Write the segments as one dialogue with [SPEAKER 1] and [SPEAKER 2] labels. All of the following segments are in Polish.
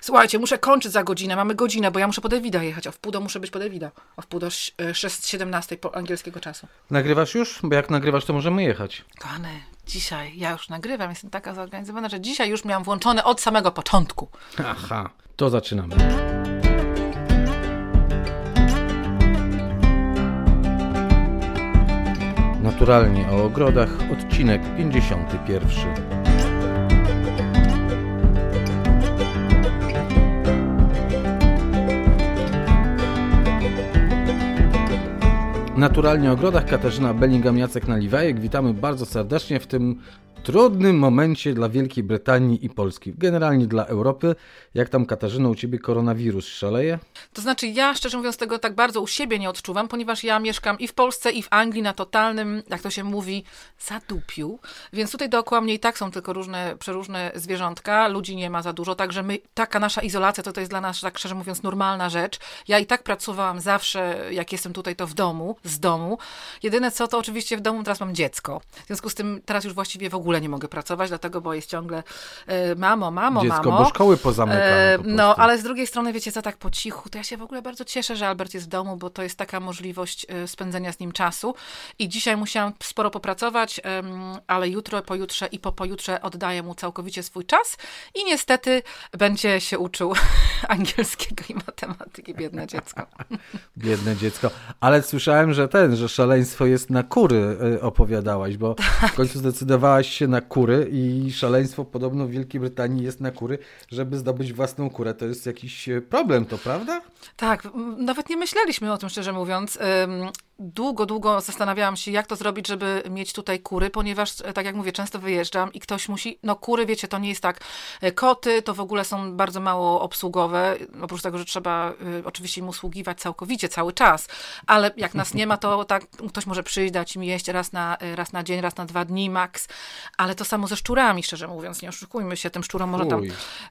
[SPEAKER 1] Słuchajcie, muszę kończyć za godzinę, mamy godzinę, bo ja muszę pod Ewida jechać, a w pół muszę być pod Ewida. A w pół do 6:17 po angielskiego czasu.
[SPEAKER 2] Nagrywasz już? Bo jak nagrywasz, to możemy jechać.
[SPEAKER 1] Kochany, dzisiaj ja już nagrywam, jestem taka zorganizowana, że dzisiaj już miałam włączone od samego początku.
[SPEAKER 2] Aha, to zaczynamy. Naturalnie o ogrodach, odcinek 51. Naturalnie o ogrodach, Katarzyna Bellingham, Jacek Naliwajek. Witamy bardzo serdecznie w tym trudnym momencie dla Wielkiej Brytanii i Polski. Generalnie dla Europy. Jak tam, Katarzyno, u Ciebie koronawirus szaleje?
[SPEAKER 1] To znaczy ja, szczerze mówiąc, tego tak bardzo u siebie nie odczuwam, ponieważ ja mieszkam i w Polsce, i w Anglii na totalnym, jak to się mówi, zadupiu. Więc tutaj dookoła mnie i tak są tylko przeróżne zwierzątka, ludzi nie ma za dużo, także taka nasza izolacja to jest dla nas, tak szczerze mówiąc, normalna rzecz. Ja i tak pracowałam zawsze, jak jestem tutaj, to z domu. Jedyne co, to oczywiście w domu teraz mam dziecko. W związku z tym teraz już właściwie w ogóle nie mogę pracować, dlatego, bo jest ciągle mamo.
[SPEAKER 2] Dziecko, bo szkoły pozamykano.
[SPEAKER 1] No, ale z drugiej strony, wiecie co, tak po cichu, to ja się w ogóle bardzo cieszę, że Albert jest w domu, bo to jest taka możliwość spędzenia z nim czasu. I dzisiaj musiałam sporo popracować, ale jutro, pojutrze i pojutrze oddaję mu całkowicie swój czas i niestety będzie się uczył angielskiego i matematyki, biedne dziecko.
[SPEAKER 2] Biedne dziecko. Ale słyszałem, że szaleństwo jest na kury, opowiadałaś, bo w końcu zdecydowałaś się na kury i szaleństwo podobno w Wielkiej Brytanii jest na kury, żeby zdobyć własną kurę. To jest jakiś problem, to prawda?
[SPEAKER 1] Tak, nawet nie myśleliśmy o tym, szczerze mówiąc. Długo zastanawiałam się, jak to zrobić, żeby mieć tutaj kury, ponieważ, tak jak mówię, często wyjeżdżam i ktoś musi, kury, wiecie, to nie jest tak, koty to w ogóle są bardzo mało obsługowe, oprócz tego, że trzeba oczywiście im usługiwać całkowicie, cały czas, ale jak nas nie ma, to tak ktoś może przyjść, dać im jeść raz na dzień, raz na 2 dni max, ale to samo ze szczurami, szczerze mówiąc, nie oszukujmy się, tym szczurom można tam,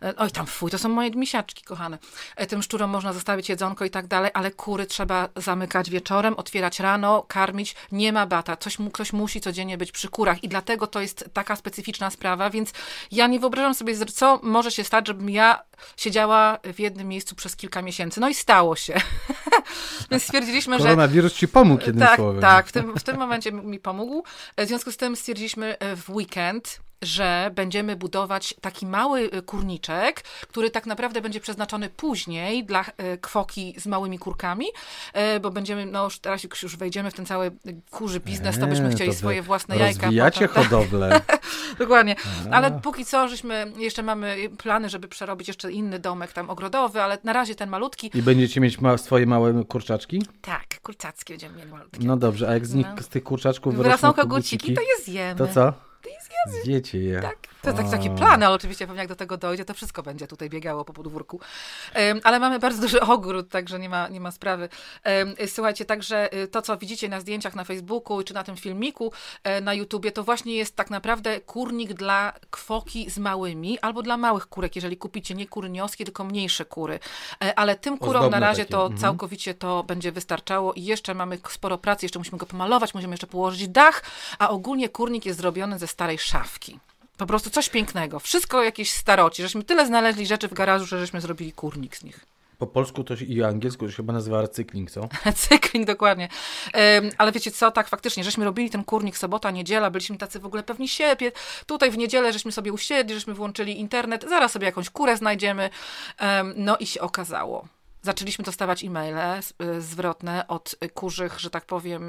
[SPEAKER 1] to są moje misiaczki, kochane, tym szczurom można zostawić jedzonko i tak dalej, ale kury trzeba zamykać wieczorem, otwierać rano, karmić, nie ma bata. Ktoś musi codziennie być przy kurach i dlatego to jest taka specyficzna sprawa, więc ja nie wyobrażam sobie, co może się stać, żebym ja siedziała w jednym miejscu przez kilka miesięcy. No i stało się. Więc stwierdziliśmy, że...
[SPEAKER 2] Koronawirus ci pomógł jednym słowem.
[SPEAKER 1] Tak, w tym momencie mi pomógł. W związku z tym stwierdziliśmy w weekend, że będziemy budować taki mały kurniczek, który tak naprawdę będzie przeznaczony później dla kwoki z małymi kurkami, bo będziemy, teraz już wejdziemy w ten cały kurzy biznes, to byśmy chcieli swoje własne jajka.
[SPEAKER 2] Rozwijacie hodowlę.
[SPEAKER 1] Dokładnie. Ale póki co, jeszcze mamy plany, żeby przerobić jeszcze inny domek tam ogrodowy, ale na razie ten malutki.
[SPEAKER 2] I będziecie mieć swoje małe kurczaczki?
[SPEAKER 1] Tak, kurcackie będziemy mieli malutkie.
[SPEAKER 2] No dobrze, a jak z tych kurczaczków
[SPEAKER 1] wyrosną koguciki, to je zjemy.
[SPEAKER 2] To co? Zjecie je.
[SPEAKER 1] Tak. To jest takie plany, ale oczywiście pewnie jak do tego dojdzie, to wszystko będzie tutaj biegało po podwórku. Ale mamy bardzo duży ogród, także nie ma sprawy. Słuchajcie, także to, co widzicie na zdjęciach na Facebooku czy na tym filmiku na YouTubie, to właśnie jest tak naprawdę kurnik dla kwoki z małymi, albo dla małych kurek, jeżeli kupicie nie kury nioskie, tylko mniejsze kury. Ale tym kurom
[SPEAKER 2] ozdobne
[SPEAKER 1] na razie
[SPEAKER 2] takie.
[SPEAKER 1] to całkowicie to będzie wystarczało i jeszcze mamy sporo pracy, jeszcze musimy go pomalować, musimy jeszcze położyć dach, a ogólnie kurnik jest zrobiony ze starej szafki. Po prostu coś pięknego. Wszystko jakieś staroci. Żeśmy tyle znaleźli rzeczy w garażu, że żeśmy zrobili kurnik z nich.
[SPEAKER 2] Po polsku to i angielsku to się chyba nazywa recykling, co?
[SPEAKER 1] Recykling, dokładnie. Ale wiecie co, tak faktycznie, żeśmy robili ten kurnik sobota, niedziela, byliśmy tacy w ogóle pewni siebie. Tutaj w niedzielę żeśmy sobie usiedli, żeśmy włączyli internet, zaraz sobie jakąś kurę znajdziemy. No i się okazało. Zaczęliśmy dostawać e-maile zwrotne od kurzych, że tak powiem,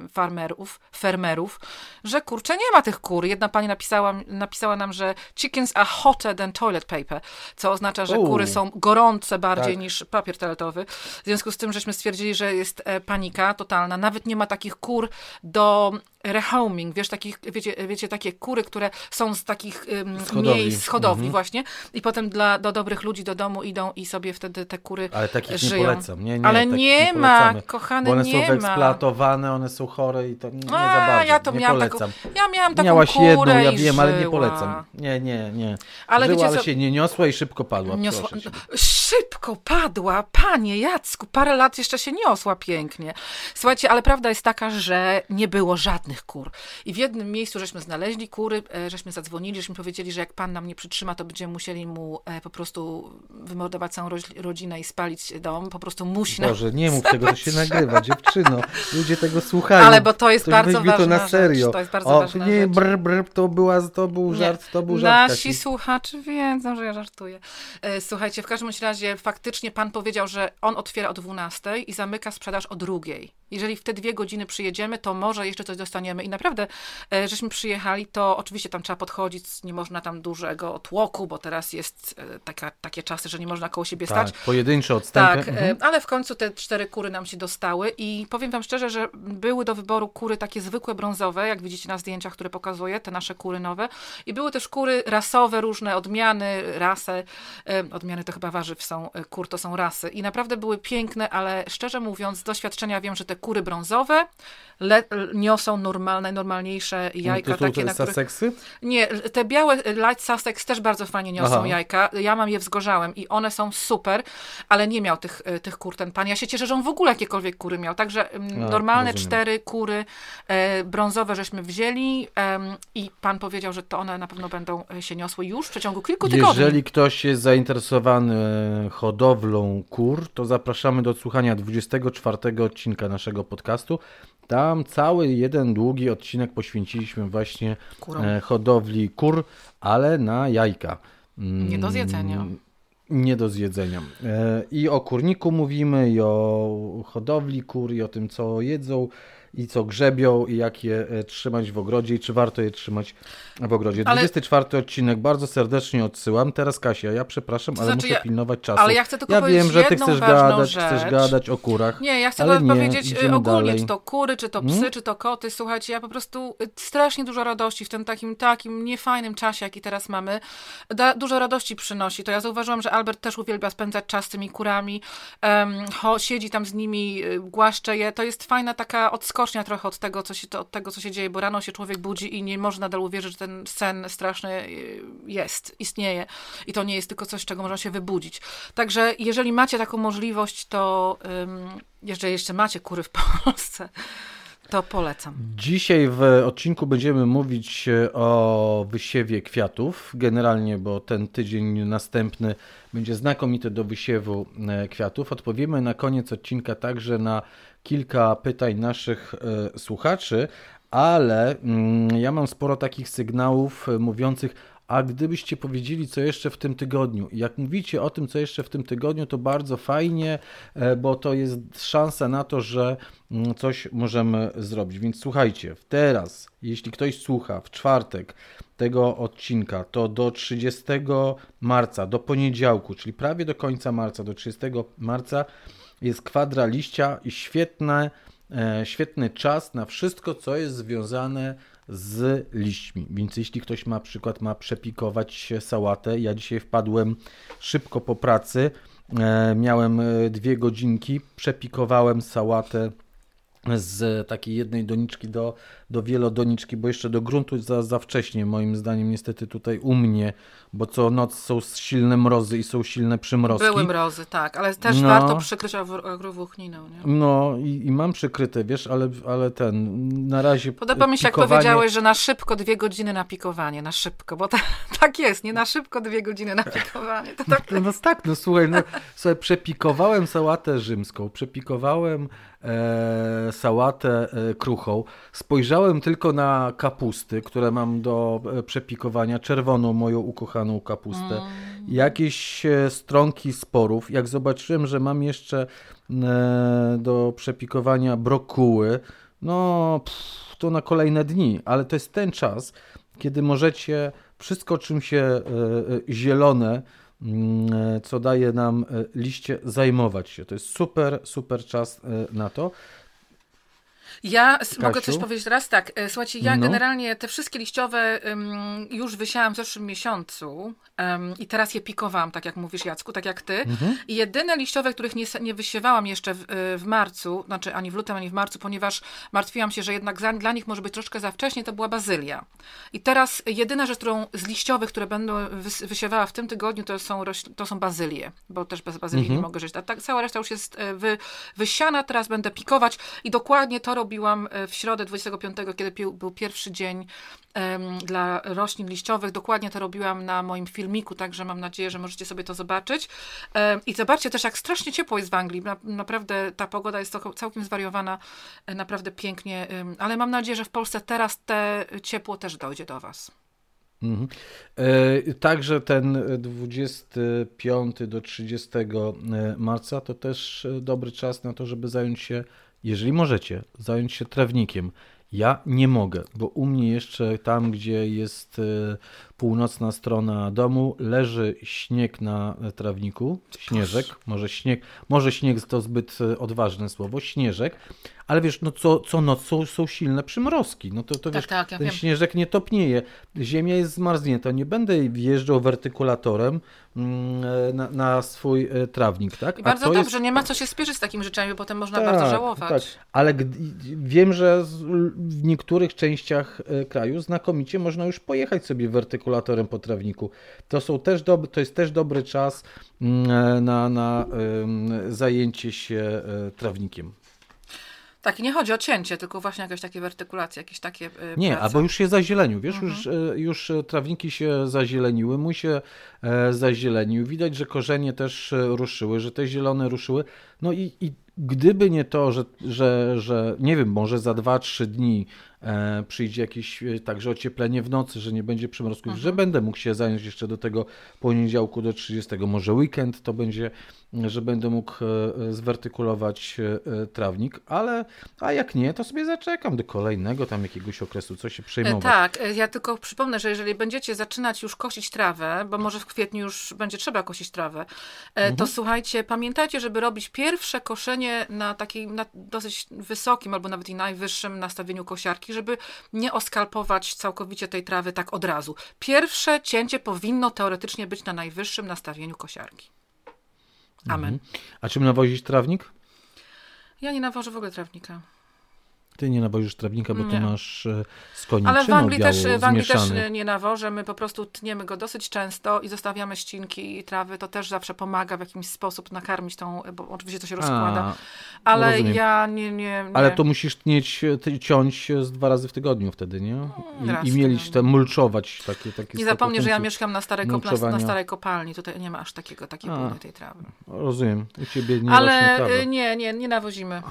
[SPEAKER 1] fermerów, że kurczę, nie ma tych kur. Jedna pani napisała nam, że chickens are hotter than toilet paper, co oznacza, że kury są gorące bardziej niż papier toaletowy. W związku z tym, żeśmy stwierdzili, że jest panika totalna. Nawet nie ma takich kur do rehoming, wiecie, takie kury, które są z takich miejsc, z hodowli właśnie i potem do dobrych ludzi do domu idą i sobie wtedy te kury
[SPEAKER 2] ale takich
[SPEAKER 1] żyją.
[SPEAKER 2] nie polecam. Nie,
[SPEAKER 1] ale nie ma, kochane,
[SPEAKER 2] bo one
[SPEAKER 1] nie
[SPEAKER 2] są
[SPEAKER 1] ma.
[SPEAKER 2] wyeksploatowane, one są chore i to nie za bardzo.
[SPEAKER 1] Ja
[SPEAKER 2] polecam.
[SPEAKER 1] Ja miałam taką
[SPEAKER 2] Miałaś
[SPEAKER 1] kurę
[SPEAKER 2] jedną, ja
[SPEAKER 1] i
[SPEAKER 2] wiem,
[SPEAKER 1] żyła.
[SPEAKER 2] ale nie polecam. Nie.
[SPEAKER 1] Ale
[SPEAKER 2] żyła,
[SPEAKER 1] wiecie
[SPEAKER 2] ale
[SPEAKER 1] co?
[SPEAKER 2] się nie niosła i szybko padła.
[SPEAKER 1] Szybko padła, panie Jacku, parę lat jeszcze się niosła pięknie. Słuchajcie, ale prawda jest taka, że nie było żadnych świetnych kur. I w jednym miejscu żeśmy znaleźli kury, żeśmy zadzwonili, żeśmy powiedzieli, że jak pan nam nie przytrzyma, to będziemy musieli mu po prostu wymordować całą rodzinę i spalić dom. Po prostu musi nam...
[SPEAKER 2] Boże, nie mów tego, to się nagrywa, dziewczyno. Ludzie tego słuchają.
[SPEAKER 1] Ale bo to jest bardzo ważna
[SPEAKER 2] to na serio.
[SPEAKER 1] rzecz. To jest bardzo ważna
[SPEAKER 2] nie,
[SPEAKER 1] rzecz.
[SPEAKER 2] to był żart, to był żart.
[SPEAKER 1] Nasi słuchacze wiedzą, że ja żartuję. Słuchajcie, w każdym razie faktycznie pan powiedział, że on otwiera o 12 i zamyka sprzedaż o 2. Jeżeli w te 2 godziny przyjedziemy, to może jeszcze coś dostaniemy. I naprawdę, żeśmy przyjechali, to oczywiście tam trzeba podchodzić, nie można tam dużego tłoku, bo teraz jest takie czasy, że nie można koło siebie stać.
[SPEAKER 2] Pojedyncze odstępy.
[SPEAKER 1] Tak, ale w końcu te 4 kury nam się dostały i powiem wam szczerze, że były do wyboru kury takie zwykłe brązowe, jak widzicie na zdjęciach, które pokazuję, te nasze kury nowe. I były też kury rasowe, różne odmiany, rasy. Odmiany to chyba warzyw są, kur to są rasy. I naprawdę były piękne, ale szczerze mówiąc, z doświadczenia wiem, że te kury brązowe niosą najnormalniejsze jajka.
[SPEAKER 2] To jest Sussexy?
[SPEAKER 1] Nie, te białe Light Sussex też bardzo fajnie niosą jajka. Ja mam je wzgorzałem i one są super, ale nie miał tych kur ten pan. Ja się cieszę, że on w ogóle jakiekolwiek kury miał. Także normalne rozumiem. 4 kury brązowe żeśmy wzięli i pan powiedział, że to one na pewno będą się niosły już w przeciągu kilku tygodni.
[SPEAKER 2] Jeżeli ktoś jest zainteresowany hodowlą kur, to zapraszamy do odsłuchania 24 odcinka naszego podcastu. Tam cały jeden długi odcinek poświęciliśmy właśnie hodowli kur, ale na jajka.
[SPEAKER 1] Nie do zjedzenia.
[SPEAKER 2] Nie do zjedzenia. I o kurniku mówimy, i o hodowli kur, i o tym, co jedzą, i co grzebią, i jak je trzymać w ogrodzie, i czy warto je trzymać w ogrodzie. 24 odcinek, bardzo serdecznie odsyłam. Teraz Kasia, ja przepraszam, ale muszę pilnować czasu.
[SPEAKER 1] Ale ja chcę tylko powiedzieć
[SPEAKER 2] wiem, że ty chcesz gadać o kurach.
[SPEAKER 1] Nie, ja chcę powiedzieć ogólnie, dalej. Czy to kury, czy to psy, czy to koty. Słuchajcie, ja po prostu strasznie dużo radości w tym takim niefajnym czasie, jaki teraz mamy. Dużo radości przynosi. To ja zauważyłam, że Albert też uwielbia spędzać czas z tymi kurami. Siedzi tam z nimi, głaszcze je. To jest fajna taka odskocznia trochę od tego, co się dzieje, bo rano się człowiek budzi i nie może nadal uwierzyć, że ten sen straszny istnieje. I to nie jest tylko coś, z czego można się wybudzić. Także jeżeli macie taką możliwość, to jeżeli jeszcze macie kury w Polsce, to polecam.
[SPEAKER 2] Dzisiaj w odcinku będziemy mówić o wysiewie kwiatów. Generalnie, bo ten tydzień następny będzie znakomity do wysiewu kwiatów. Odpowiemy na koniec odcinka także na kilka pytań naszych słuchaczy, ale ja mam sporo takich sygnałów mówiących, a gdybyście powiedzieli, co jeszcze w tym tygodniu. I jak mówicie o tym, co jeszcze w tym tygodniu, to bardzo fajnie, bo to jest szansa na to, że coś możemy zrobić. Więc słuchajcie, teraz, jeśli ktoś słucha w czwartek tego odcinka, to do 30 marca, do poniedziałku, czyli prawie do końca marca, do 30 marca jest kwadra liścia i świetny czas na wszystko, co jest związane z liśćmi. Więc jeśli ktoś ma przepikować sałatę, ja dzisiaj wpadłem szybko po pracy, miałem 2 godzinki, przepikowałem sałatę z takiej jednej doniczki do wielodoniczki, bo jeszcze do gruntu za wcześnie, moim zdaniem, niestety tutaj u mnie, bo co noc są silne mrozy i są silne przymrozki.
[SPEAKER 1] Były mrozy, tak, ale też warto przykryć agrowłókniną, nie?
[SPEAKER 2] No i mam przykryte, wiesz, ale na razie
[SPEAKER 1] podoba mi się, jak powiedziałeś, że na szybko 2 godziny na pikowanie, na szybko, bo tak jest, nie na szybko 2 godziny na pikowanie. To tak...
[SPEAKER 2] Słuchaj, sobie przepikowałem sałatę rzymską, przepikowałem sałatę kruchą, spojrzałem tylko na kapusty, które mam do przepikowania, czerwoną moją ukochaną kapustę, jakieś stronki sporów. Jak zobaczyłem, że mam jeszcze do przepikowania brokuły, to na kolejne dni, ale to jest ten czas, kiedy możecie wszystko, czym się zielone, co daje nam liście, zajmować się. To jest super czas na to.
[SPEAKER 1] Ja mogę coś powiedzieć teraz? Tak, słuchajcie, ja generalnie te wszystkie liściowe już wysiałam w zeszłym miesiącu i teraz je pikowałam, tak jak mówisz, Jacku, tak jak ty. I jedyne liściowe, których nie wysiewałam jeszcze w marcu, znaczy ani w lutym, ani w marcu, ponieważ martwiłam się, że jednak dla nich może być troszkę za wcześnie, to była bazylia. I teraz jedyna rzecz, którą z liściowych, które będę wysiewała w tym tygodniu, to są bazylie, bo też bez bazylii nie mogę żyć. A tak, cała reszta już jest wysiana, teraz będę pikować i dokładnie to robiłam w środę 25, kiedy był pierwszy dzień dla roślin liściowych. Dokładnie to robiłam na moim filmiku, także mam nadzieję, że możecie sobie to zobaczyć. I zobaczcie też, jak strasznie ciepło jest w Anglii. Naprawdę ta pogoda jest całkiem zwariowana, naprawdę pięknie, ale mam nadzieję, że w Polsce teraz te ciepło też dojdzie do was.
[SPEAKER 2] Mhm. Także ten 25 do 30 marca to też dobry czas na to, żeby zająć się, jeżeli możecie, zająć się trawnikiem. Ja nie mogę, bo u mnie jeszcze tam, gdzie jest północna strona domu, leży śnieg na trawniku, śnieżek, może śnieg to zbyt odważne słowo, śnieżek, ale wiesz, no co noc są silne przymrozki, no to wiesz,
[SPEAKER 1] ja
[SPEAKER 2] ten
[SPEAKER 1] wiem.
[SPEAKER 2] śnieżek nie topnieje, ziemia jest zmarznięta, nie będę wjeżdżał wertykulatorem na swój trawnik, tak?
[SPEAKER 1] I bardzo dobrze, nie ma co się spieszyć z takimi rzeczami, bo potem można bardzo żałować.
[SPEAKER 2] Tak, ale wiem, że w niektórych częściach kraju znakomicie można już pojechać sobie wertykulatorem po trawniku. To jest też dobry czas na zajęcie się trawnikiem.
[SPEAKER 1] Tak, i nie chodzi o cięcie, tylko właśnie jakieś takie wertykulacje, jakieś takie
[SPEAKER 2] Nie,
[SPEAKER 1] prace.
[SPEAKER 2] albo już się zazielenił, wiesz, już trawniki się zazieleniły, mój się zazielenił, widać, że korzenie też ruszyły, że te zielone ruszyły, no i gdyby nie to, że nie wiem, może za 2-3 dni przyjdzie jakieś także ocieplenie w nocy, że nie będzie przymrozków, że będę mógł się zająć jeszcze do tego poniedziałku do 30, może weekend to będzie, że będę mógł zwertykulować trawnik, a jak nie, to sobie zaczekam do kolejnego tam jakiegoś okresu, co się przejmować.
[SPEAKER 1] Tak, ja tylko przypomnę, że jeżeli będziecie zaczynać już kosić trawę, bo może w kwietniu już będzie trzeba kosić trawę, to słuchajcie, pamiętajcie, żeby robić pierwsze koszenie na dosyć wysokim albo nawet i najwyższym nastawieniu kosiarki, żeby nie oskalpować całkowicie tej trawy tak od razu. Pierwsze cięcie powinno teoretycznie być na najwyższym nastawieniu kosiarki. Amen.
[SPEAKER 2] A czym nawozić trawnik?
[SPEAKER 1] Ja nie nawożę w ogóle trawnika.
[SPEAKER 2] Ty nie nawozisz trawnika, bo ty masz z koniczyną
[SPEAKER 1] Ale w Anglii też
[SPEAKER 2] zmieszany.
[SPEAKER 1] nie nawożę. My po prostu tniemy go dosyć często i zostawiamy ścinki i trawy. To też zawsze pomaga w jakiś sposób nakarmić tą, bo oczywiście to się rozkłada. Ale
[SPEAKER 2] rozumiem.
[SPEAKER 1] ja nie.
[SPEAKER 2] Ale to musisz ciąć z 2 razy w tygodniu wtedy, nie? I mielić te mulczować takie
[SPEAKER 1] nie zapomnij, że ja mieszkam na starej kopalni. Tutaj nie ma aż takiej pełnej tej trawy.
[SPEAKER 2] Rozumiem. U ciebie nie
[SPEAKER 1] ale
[SPEAKER 2] rośnie trawa.
[SPEAKER 1] nie nawozimy.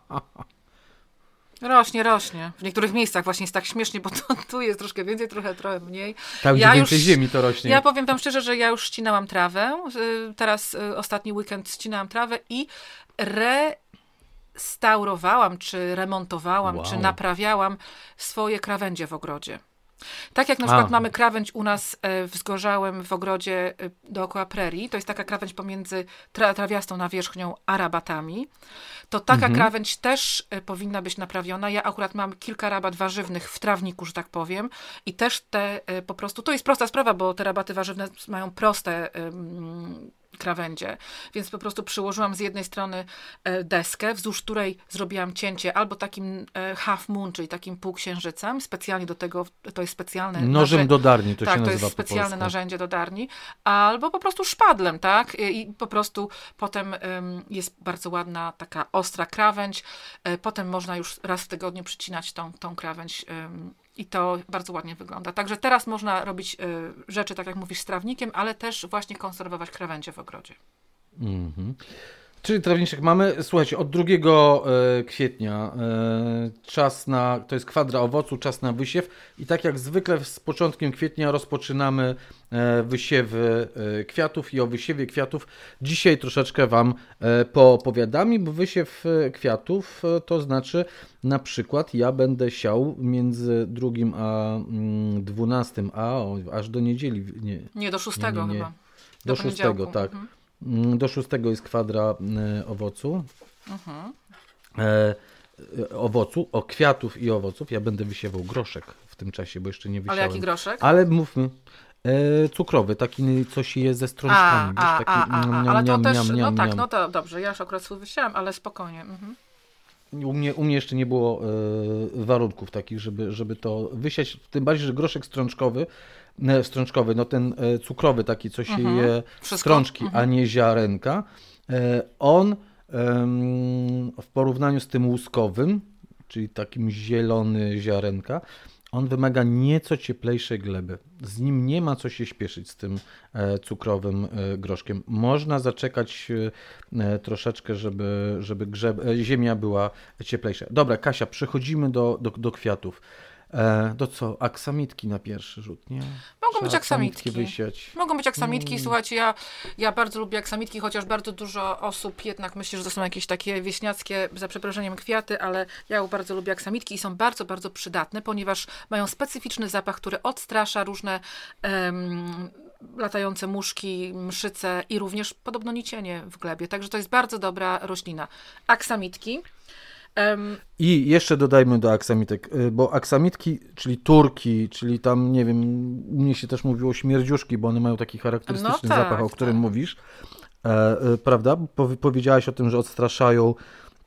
[SPEAKER 1] Rośnie. W niektórych miejscach właśnie jest tak śmiesznie, bo tu jest troszkę więcej, trochę mniej.
[SPEAKER 2] Tam, gdzie więcej ziemi to rośnie.
[SPEAKER 1] Ja powiem wam szczerze, że ja już ścinałam trawę. Teraz ostatni weekend ścinałam trawę i restaurowałam, czy remontowałam, czy naprawiałam swoje krawędzie w ogrodzie. Tak jak na przykład mamy krawędź u nas w Zgorzałem w ogrodzie dookoła prerii, to jest taka krawędź pomiędzy trawiastą nawierzchnią a rabatami, to taka krawędź też powinna być naprawiona. Ja akurat mam kilka rabat warzywnych w trawniku, że tak powiem, i też te po prostu, to jest prosta sprawa, bo te rabaty warzywne mają proste krawędzie, więc po prostu przyłożyłam z jednej strony deskę, wzdłuż której zrobiłam cięcie albo takim half moon, czyli takim półksiężycem, specjalnie do tego, to jest specjalne
[SPEAKER 2] nożem do darni, to się nazywa
[SPEAKER 1] to jest specjalne narzędzie do darni, albo po prostu szpadlem, tak? I po prostu potem jest bardzo ładna taka ostra krawędź, potem można już raz w tygodniu przycinać tą krawędź i to bardzo ładnie wygląda. Także teraz można robić rzeczy, tak jak mówisz, z trawnikiem, ale też właśnie konserwować krawędzie w ogrodzie.
[SPEAKER 2] Czyli trawniczek mamy. Słuchajcie, od 2 kwietnia to jest kwadra owocu, czas na wysiew i tak jak zwykle z początkiem kwietnia rozpoczynamy wysiewy kwiatów i o wysiewie kwiatów dzisiaj troszeczkę wam poopowiadam, bo wysiew kwiatów to znaczy na przykład ja będę siał między 2 a 12, aż do niedzieli.
[SPEAKER 1] Nie, do 6 chyba.
[SPEAKER 2] Do 6, tak. Do 6 jest kwadra owocu. Kwiatów i owoców. Ja będę wysiewał groszek w tym czasie, bo jeszcze nie wysiałem.
[SPEAKER 1] Ale jaki groszek?
[SPEAKER 2] Ale mówmy. Cukrowy, taki coś je ze strączkami.
[SPEAKER 1] Ale to też, no to dobrze, ja już akurat swój wysiałem, ale spokojnie.
[SPEAKER 2] U mnie jeszcze nie było warunków takich, żeby to wysiać, tym bardziej, że groszek strączkowy, no ten cukrowy taki, co się je strączki, a nie ziarenka, on w porównaniu z tym łuskowym, czyli takim zielony ziarenka, on wymaga nieco cieplejszej gleby. Z nim nie ma co się śpieszyć z tym cukrowym groszkiem. Można zaczekać troszeczkę, żeby ziemia była cieplejsza. Dobra, Kasia, przechodzimy do kwiatów. To co? Aksamitki na pierwszy rzut, nie?
[SPEAKER 1] Mogą być aksamitki.
[SPEAKER 2] Wysiać.
[SPEAKER 1] Mogą być aksamitki. Słuchajcie, ja bardzo lubię aksamitki, chociaż bardzo dużo osób jednak myśli, że to są jakieś takie wieśniackie, za przeproszeniem, kwiaty, ale ja bardzo lubię aksamitki i są bardzo, bardzo przydatne, ponieważ mają specyficzny zapach, który odstrasza różne latające muszki, mszyce i również podobno nicienie w glebie. Także to jest bardzo dobra roślina. Aksamitki.
[SPEAKER 2] I jeszcze dodajmy do aksamitek, bo aksamitki, czyli turki, czyli tam, nie wiem, u mnie się też mówiło śmierdziuszki, bo one mają taki charakterystyczny zapach, o którym mówisz, prawda? Powiedziałaś o tym, że odstraszają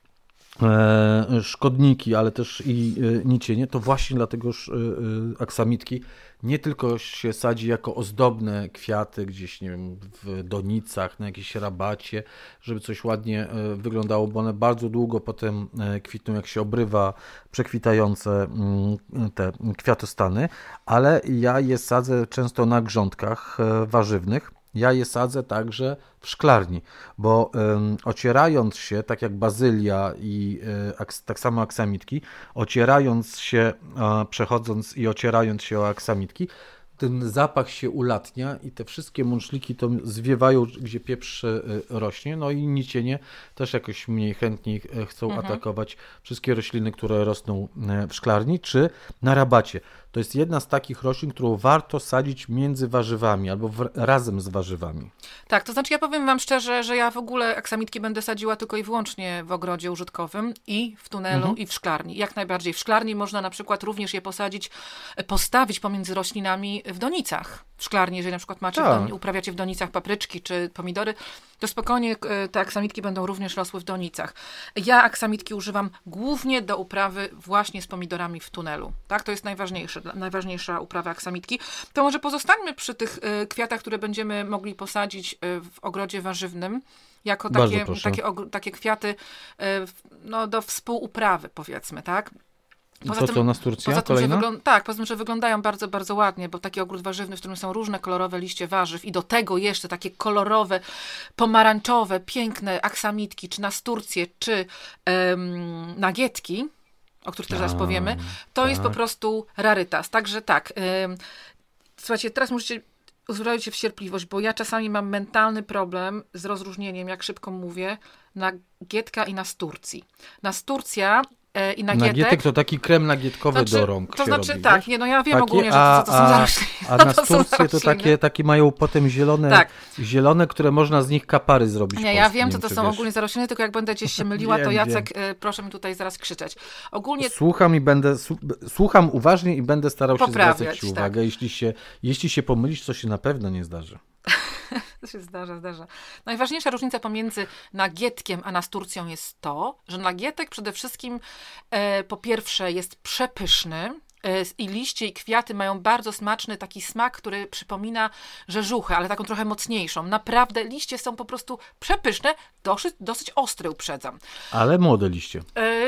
[SPEAKER 2] szkodniki, ale też i nicienie, to właśnie dlatego aksamitki nie tylko się sadzi jako ozdobne kwiaty gdzieś, nie wiem, w donicach, na jakieś rabacie, żeby coś ładnie wyglądało, bo one bardzo długo potem kwitną, jak się obrywa przekwitające te kwiatostany, ale ja je sadzę często na grządkach warzywnych. Ja je sadzę także w szklarni, bo ocierając się, tak jak bazylia i tak samo aksamitki, ocierając się, przechodząc i ocierając się o aksamitki, ten zapach się ulatnia i te wszystkie mączliki to zwiewają, gdzie pieprz rośnie, no i nicienie też jakoś mniej chętniej chcą atakować wszystkie rośliny, które rosną w szklarni czy na rabacie. To jest jedna z takich roślin, którą warto sadzić między warzywami albo razem z warzywami.
[SPEAKER 1] Tak, to znaczy ja powiem wam szczerze, że ja w ogóle aksamitki będę sadziła tylko i wyłącznie w ogrodzie użytkowym i w tunelu i w szklarni. Jak najbardziej. W szklarni można na przykład również je postawić pomiędzy roślinami w donicach. W szklarni, jeżeli na przykład uprawiacie w donicach papryczki czy pomidory, to spokojnie te aksamitki będą również rosły w donicach. Ja aksamitki używam głównie do uprawy właśnie z pomidorami w tunelu. Tak, to jest najważniejsza uprawa aksamitki. To może pozostańmy przy tych kwiatach, które będziemy mogli posadzić w ogrodzie warzywnym, jako takie kwiaty do współuprawy, powiedzmy, tak?
[SPEAKER 2] Poza tym, nasturcja
[SPEAKER 1] poza tym, że wyglądają bardzo, bardzo ładnie, bo taki ogród warzywny, w którym są różne kolorowe liście warzyw i do tego jeszcze takie kolorowe, pomarańczowe, piękne aksamitki, czy nasturcje, czy nagietki, o których też zaraz powiemy, to jest po prostu rarytas. Także tak, słuchajcie, teraz musicie uzbroić się w cierpliwość, bo ja czasami mam mentalny problem z rozróżnieniem, jak szybko mówię, nagietka i nasturcji. Nasturcja i
[SPEAKER 2] nagietek to taki krem nagietkowy do rąk.
[SPEAKER 1] To znaczy
[SPEAKER 2] robi,
[SPEAKER 1] tak,
[SPEAKER 2] wiesz?
[SPEAKER 1] Ja wiem ogólnie, że to są za rośliny.
[SPEAKER 2] A nasturcje to takie mają potem zielone, które można z nich kapary zrobić.
[SPEAKER 1] Ja wiem, co to są ogólnie za rośliny, tylko jak będę gdzieś się myliła, to Jacek, proszę mi tutaj zaraz krzyczeć. Ogólnie...
[SPEAKER 2] Słucham uważnie i będę starał się zwracać ci uwagę. Jeśli się pomylisz, to się na pewno nie zdarzy.
[SPEAKER 1] To się zdarza. Najważniejsza różnica pomiędzy nagietkiem a nasturcją jest to, że nagietek przede wszystkim po pierwsze jest przepyszny i liście i kwiaty mają bardzo smaczny taki smak, który przypomina rzeżuchę, ale taką trochę mocniejszą. Naprawdę liście są po prostu przepyszne, dosyć ostre, uprzedzam.
[SPEAKER 2] Ale młode liście.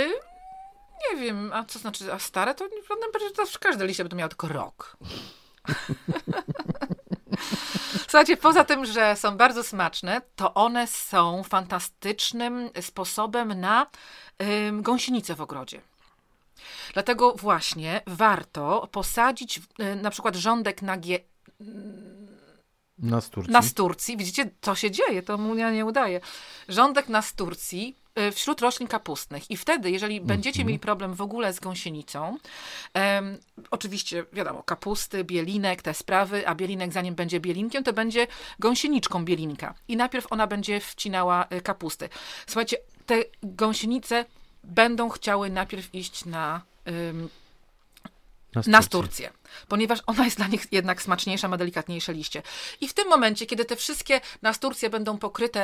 [SPEAKER 1] Nie wiem, a co znaczy, a stare? To każde liście będą miało tylko rok. Słuchajcie, poza tym, że są bardzo smaczne, to one są fantastycznym sposobem na gąsienicę w ogrodzie. Dlatego właśnie warto posadzić na przykład rządek nasturcji. Widzicie, co się dzieje, to mu nie udaje. Rządek nasturcji wśród roślin kapustnych. I wtedy, jeżeli będziecie mieli problem w ogóle z gąsienicą, oczywiście, wiadomo, kapusty, bielinek, te sprawy, a bielinek zanim będzie bielinkiem, to będzie gąsieniczką bielinka. I najpierw ona będzie wcinała kapusty. Słuchajcie, te gąsienice będą chciały najpierw iść na nasturcję, ponieważ ona jest dla nich jednak smaczniejsza, ma delikatniejsze liście. I w tym momencie, kiedy te wszystkie nasturcje będą pokryte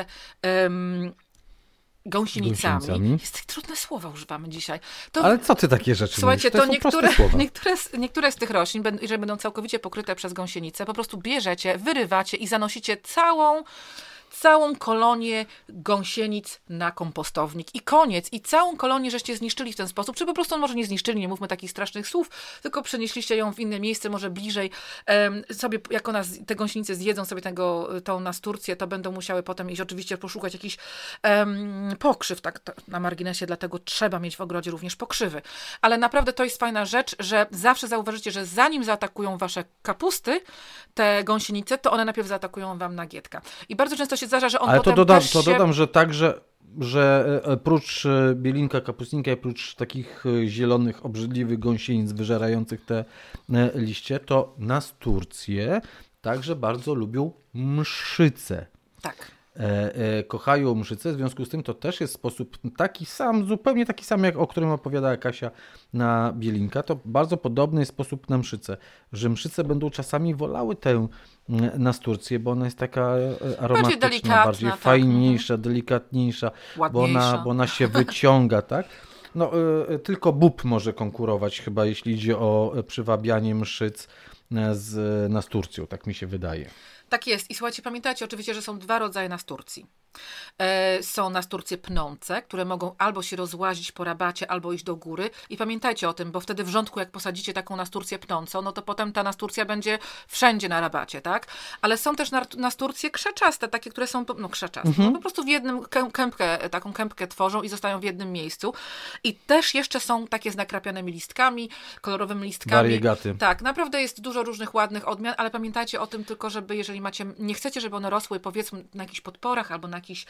[SPEAKER 1] gąsienicami. Jest trudne słowa używamy dzisiaj.
[SPEAKER 2] Ale co ty takie rzeczy
[SPEAKER 1] Słuchajcie,
[SPEAKER 2] mówisz?
[SPEAKER 1] to niektóre z tych roślin, jeżeli będą całkowicie pokryte przez gąsienicę, po prostu bierzecie, wyrywacie i zanosicie całą kolonię gąsienic na kompostownik i koniec. I całą kolonię żeście zniszczyli w ten sposób, czy po prostu może nie zniszczyli, nie mówmy takich strasznych słów, tylko przenieśliście ją w inne miejsce, może bliżej. Sobie, jak te gąsienice zjedzą sobie tą nasturcję, to będą musiały potem iść oczywiście poszukać jakichś pokrzyw, tak na marginesie, dlatego trzeba mieć w ogrodzie również pokrzywy. Ale naprawdę to jest fajna rzecz, że zawsze zauważycie, że zanim zaatakują wasze kapusty, te gąsienice, to one najpierw zaatakują wam nagietka. I bardzo często się zdarza, że on
[SPEAKER 2] ale
[SPEAKER 1] potem
[SPEAKER 2] dodam, że także że oprócz bielinka kapustnika, oprócz takich zielonych, obrzydliwych gąsienic wyżerających te liście, to nasturcje także bardzo lubią mszyce.
[SPEAKER 1] Tak.
[SPEAKER 2] Kochają mszyce, w związku z tym to też jest sposób taki sam, zupełnie taki sam, jak o którym opowiadała Kasia na bielinka, to bardzo podobny jest sposób na mszyce, że mszyce będą czasami wolały tę nasturcję, bo ona jest taka aromatyczna, bardziej
[SPEAKER 1] tak.
[SPEAKER 2] fajniejsza, delikatniejsza, bo ona się wyciąga, tak? No, tylko bób może konkurować chyba, jeśli idzie o przywabianie mszyc z nasturcją, tak mi się wydaje.
[SPEAKER 1] Tak jest. I słuchajcie, pamiętajcie oczywiście, że są dwa rodzaje nasturcji. Są nasturcje pnące, które mogą albo się rozłazić po rabacie, albo iść do góry. I pamiętajcie o tym, bo wtedy w rządku, jak posadzicie taką nasturcję pnącą, no to potem ta nasturcja będzie wszędzie na rabacie, tak? Ale są też nasturcje krzaczaste, takie, które są, krzaczaste. No, po prostu w jednym taką kępkę tworzą i zostają w jednym miejscu. I też jeszcze są takie z nakrapianymi listkami, kolorowymi listkami.
[SPEAKER 2] Wariegaty.
[SPEAKER 1] Tak, naprawdę jest dużo różnych ładnych odmian, ale pamiętajcie o tym tylko, żeby jeżeli nie chcecie, żeby one rosły powiedzmy na jakichś podporach albo na jakichś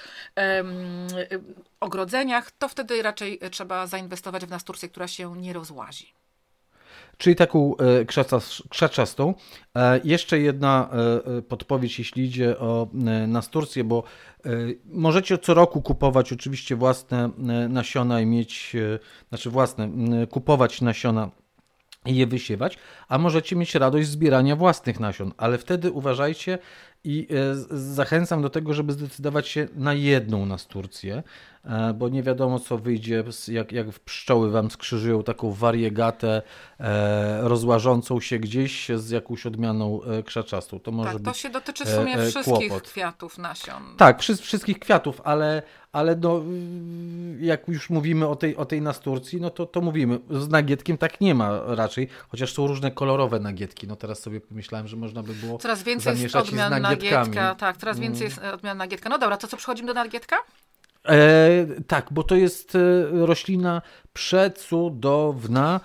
[SPEAKER 1] ogrodzeniach, to wtedy raczej trzeba zainwestować w nasturcję, która się nie rozłazi.
[SPEAKER 2] Czyli taką krzaczastą. Jeszcze jedna podpowiedź, jeśli idzie o nasturcję, bo możecie co roku kupować oczywiście własne nasiona i mieć, kupować nasiona i je wysiewać, a możecie mieć radość zbierania własnych nasion, ale wtedy uważajcie i zachęcam do tego, żeby zdecydować się na jedną nasturcję, bo nie wiadomo co wyjdzie, jak pszczoły wam skrzyżują taką wariegatę rozłażącą się gdzieś z jakąś odmianą krzaczastą. To może być
[SPEAKER 1] to się dotyczy w sumie wszystkich kwiatów, nasion.
[SPEAKER 2] Tak, wszystkich kwiatów, ale no, jak już mówimy o tej nasturcji, no to mówimy. Z nagietkiem tak nie ma raczej, chociaż są różne kolorowe nagietki. No teraz sobie pomyślałem, że można by było
[SPEAKER 1] coraz więcej jest odmian nagietka. Tak, coraz więcej jest odmian nagietka. No dobra, to co, przechodzimy do nagietka?
[SPEAKER 2] Tak, bo to jest roślina przecudowna,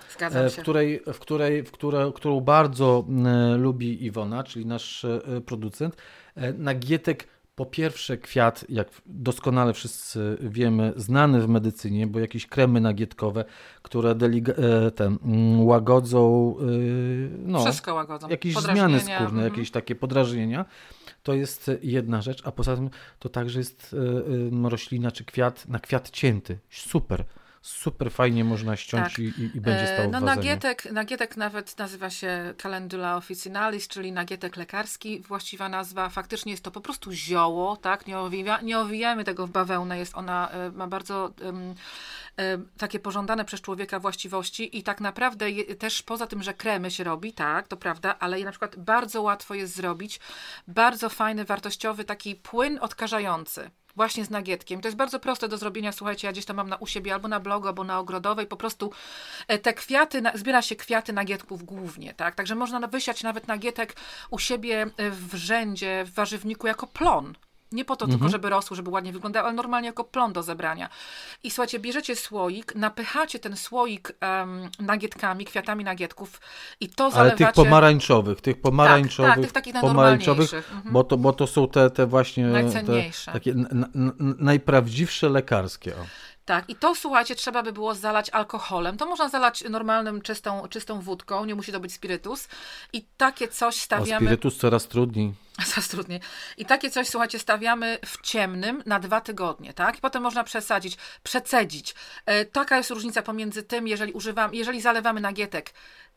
[SPEAKER 2] którą bardzo lubi Iwona, czyli nasz producent. Nagietek, po pierwsze kwiat, jak doskonale wszyscy wiemy, znany w medycynie, bo jakieś kremy nagietkowe, które łagodzą,
[SPEAKER 1] wszystko łagodzą.
[SPEAKER 2] Jakieś zmiany skórne, jakieś takie podrażnienia. To jest jedna rzecz, a poza tym to także jest roślina czy kwiat na kwiat cięty. Super fajnie można ściąć i będzie stało w wazenie.
[SPEAKER 1] Nagietek nawet nazywa się Calendula officinalis, czyli nagietek lekarski, właściwa nazwa. Faktycznie jest to po prostu zioło, tak? Nie owijamy tego w bawełnę, ona ma bardzo takie pożądane przez człowieka właściwości i tak naprawdę też poza tym, że kremy się robi, tak, to prawda, ale na przykład bardzo łatwo jest zrobić bardzo fajny, wartościowy taki płyn odkażający. Właśnie z nagietkiem. To jest bardzo proste do zrobienia. Słuchajcie, ja gdzieś tam mam u siebie albo na blogu, albo na ogrodowej. Po prostu te kwiaty, zbiera się kwiaty nagietków głównie, tak? Także można wysiać nawet nagietek u siebie w rzędzie, w warzywniku jako plon. Nie po to tylko, żeby rosły, żeby ładnie wyglądały, ale normalnie jako plon do zebrania. I słuchajcie, bierzecie słoik, napychacie ten słoik nagietkami, kwiatami nagietków i to zalewacie...
[SPEAKER 2] Ale tych pomarańczowych,
[SPEAKER 1] tych takich najnormalniejszych.
[SPEAKER 2] Bo to są te właśnie
[SPEAKER 1] najcenniejsze.
[SPEAKER 2] Takie najprawdziwsze lekarskie.
[SPEAKER 1] Tak, i to, słuchajcie, trzeba by było zalać alkoholem. To można zalać normalnym, czystą wódką, nie musi to być spirytus. I takie coś stawiamy...
[SPEAKER 2] Spirytus coraz trudniej.
[SPEAKER 1] Coraz trudniej. I takie coś, słuchajcie, stawiamy w ciemnym na 2 tygodnie, tak? I potem można przecedzić. Taka jest różnica pomiędzy tym, jeżeli zalewamy nagietek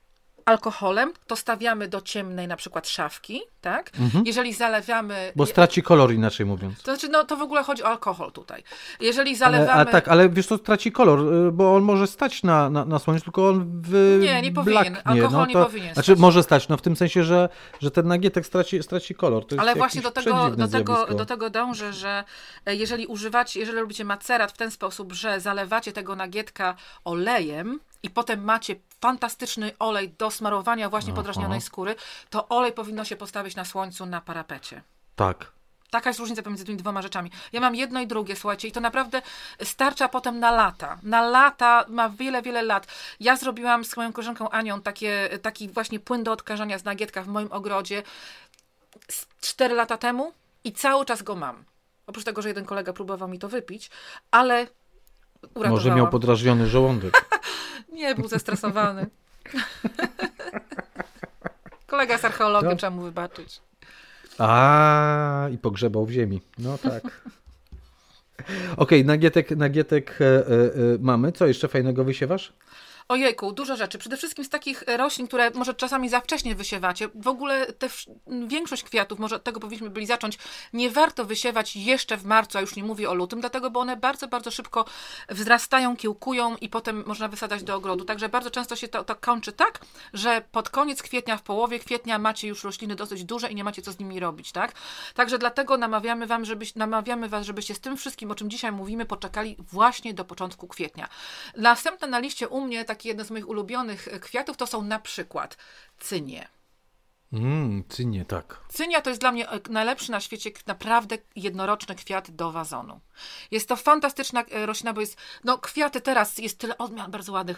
[SPEAKER 1] alkoholem, to stawiamy do ciemnej na przykład szafki, tak? Jeżeli zalewamy...
[SPEAKER 2] Bo straci kolor, inaczej mówiąc.
[SPEAKER 1] To znaczy, no to w ogóle chodzi o alkohol tutaj. Jeżeli zalewamy...
[SPEAKER 2] Ale wiesz, to traci kolor, bo on może stać na słońcu, tylko on
[SPEAKER 1] nie powinien. Alkohol nie powinien
[SPEAKER 2] Znaczy,
[SPEAKER 1] stać.
[SPEAKER 2] może stać, w tym sensie, że ten nagietek straci kolor. To jest
[SPEAKER 1] ale właśnie do tego dążę, że jeżeli robicie macerat w ten sposób, że zalewacie tego nagietka olejem i potem macie fantastyczny olej do smarowania właśnie podrażnionej skóry, to olej powinno się postawić na słońcu na parapecie.
[SPEAKER 2] Tak.
[SPEAKER 1] Taka jest różnica pomiędzy tymi dwoma rzeczami. Ja mam jedno i drugie, słuchajcie, i to naprawdę starcza potem na lata. Na lata, ma wiele, wiele lat. Ja zrobiłam z moją koleżanką Anią taki właśnie płyn do odkażania z nagietka w moim ogrodzie 4 lata temu i cały czas go mam. Oprócz tego, że jeden kolega próbował mi to wypić, ale uratowałam.
[SPEAKER 2] Może miał podrażniony żołądek.
[SPEAKER 1] Nie, był zestresowany. Kolega jest archeologiem, trzeba mu wybaczyć.
[SPEAKER 2] I pogrzebał w ziemi. No tak. Okej, nagietek mamy. Co jeszcze fajnego wysiewasz?
[SPEAKER 1] Ojejku, dużo rzeczy. Przede wszystkim z takich roślin, które może czasami za wcześnie wysiewacie. W ogóle większość kwiatów, może od tego powinniśmy byli zacząć, nie warto wysiewać jeszcze w marcu, a już nie mówię o lutym, dlatego, bo one bardzo, bardzo szybko wzrastają, kiełkują i potem można wysadzać do ogrodu. Także bardzo często się to kończy tak, że pod koniec kwietnia, w połowie kwietnia macie już rośliny dosyć duże i nie macie co z nimi robić, tak? Także dlatego namawiamy was, żebyście z tym wszystkim, o czym dzisiaj mówimy, poczekali właśnie do początku kwietnia. Następne na liście u mnie, taki jeden z moich ulubionych kwiatów, to są na przykład cynie.
[SPEAKER 2] Cynie, tak.
[SPEAKER 1] Cynia to jest dla mnie najlepszy na świecie, naprawdę jednoroczny kwiat do wazonu. Jest to fantastyczna roślina, bo jest, kwiaty teraz, jest tyle odmian bardzo ładnych.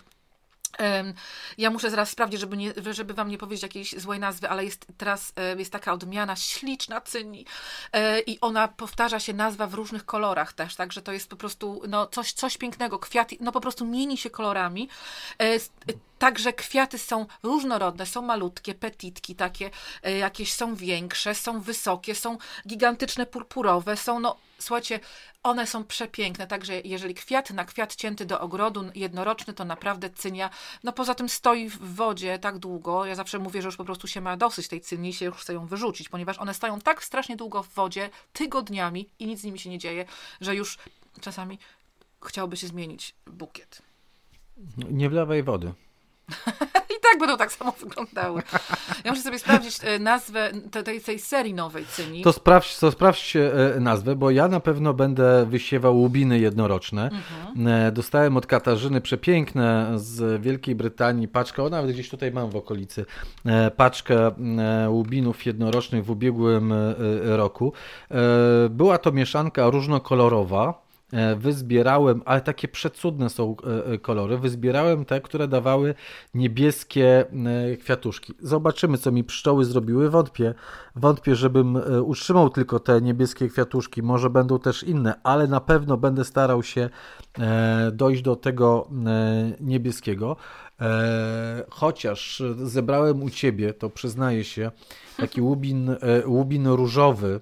[SPEAKER 1] Ja muszę zaraz sprawdzić, żeby wam nie powiedzieć jakiejś złej nazwy, ale jest taka odmiana śliczna cynii i ona powtarza się nazwa w różnych kolorach też, także to jest po prostu coś pięknego. Kwiat po prostu mieni się kolorami. Także kwiaty są różnorodne, są malutkie, petitki takie, jakieś są większe, są wysokie, są gigantyczne, purpurowe, są, słuchajcie, one są przepiękne, także jeżeli kwiat na kwiat cięty do ogrodu jednoroczny, to naprawdę cynia, poza tym stoi w wodzie tak długo, ja zawsze mówię, że już po prostu się ma dosyć tej cynii, się już chce ją wyrzucić, ponieważ one stoją tak strasznie długo w wodzie, tygodniami i nic z nimi się nie dzieje, że już czasami chciałoby się zmienić bukiet.
[SPEAKER 2] Nie wlewaj wody.
[SPEAKER 1] I tak będą tak samo wyglądały. Ja muszę sobie sprawdzić nazwę tej serii nowej cynii.
[SPEAKER 2] To sprawdź nazwę, bo ja na pewno będę wysiewał łubiny jednoroczne. Dostałem od Katarzyny przepiękne z Wielkiej Brytanii paczkę, nawet gdzieś tutaj mam w okolicy, paczkę łubinów jednorocznych w ubiegłym roku. Była to mieszanka różnokolorowa. Wyzbierałem, ale takie przecudne są kolory, wyzbierałem te, które dawały niebieskie kwiatuszki. Zobaczymy, co mi pszczoły zrobiły. Wątpię, żebym utrzymał tylko te niebieskie kwiatuszki. Może będą też inne, ale na pewno będę starał się dojść do tego niebieskiego. Chociaż zebrałem u ciebie, to przyznaję się, taki łubin różowy.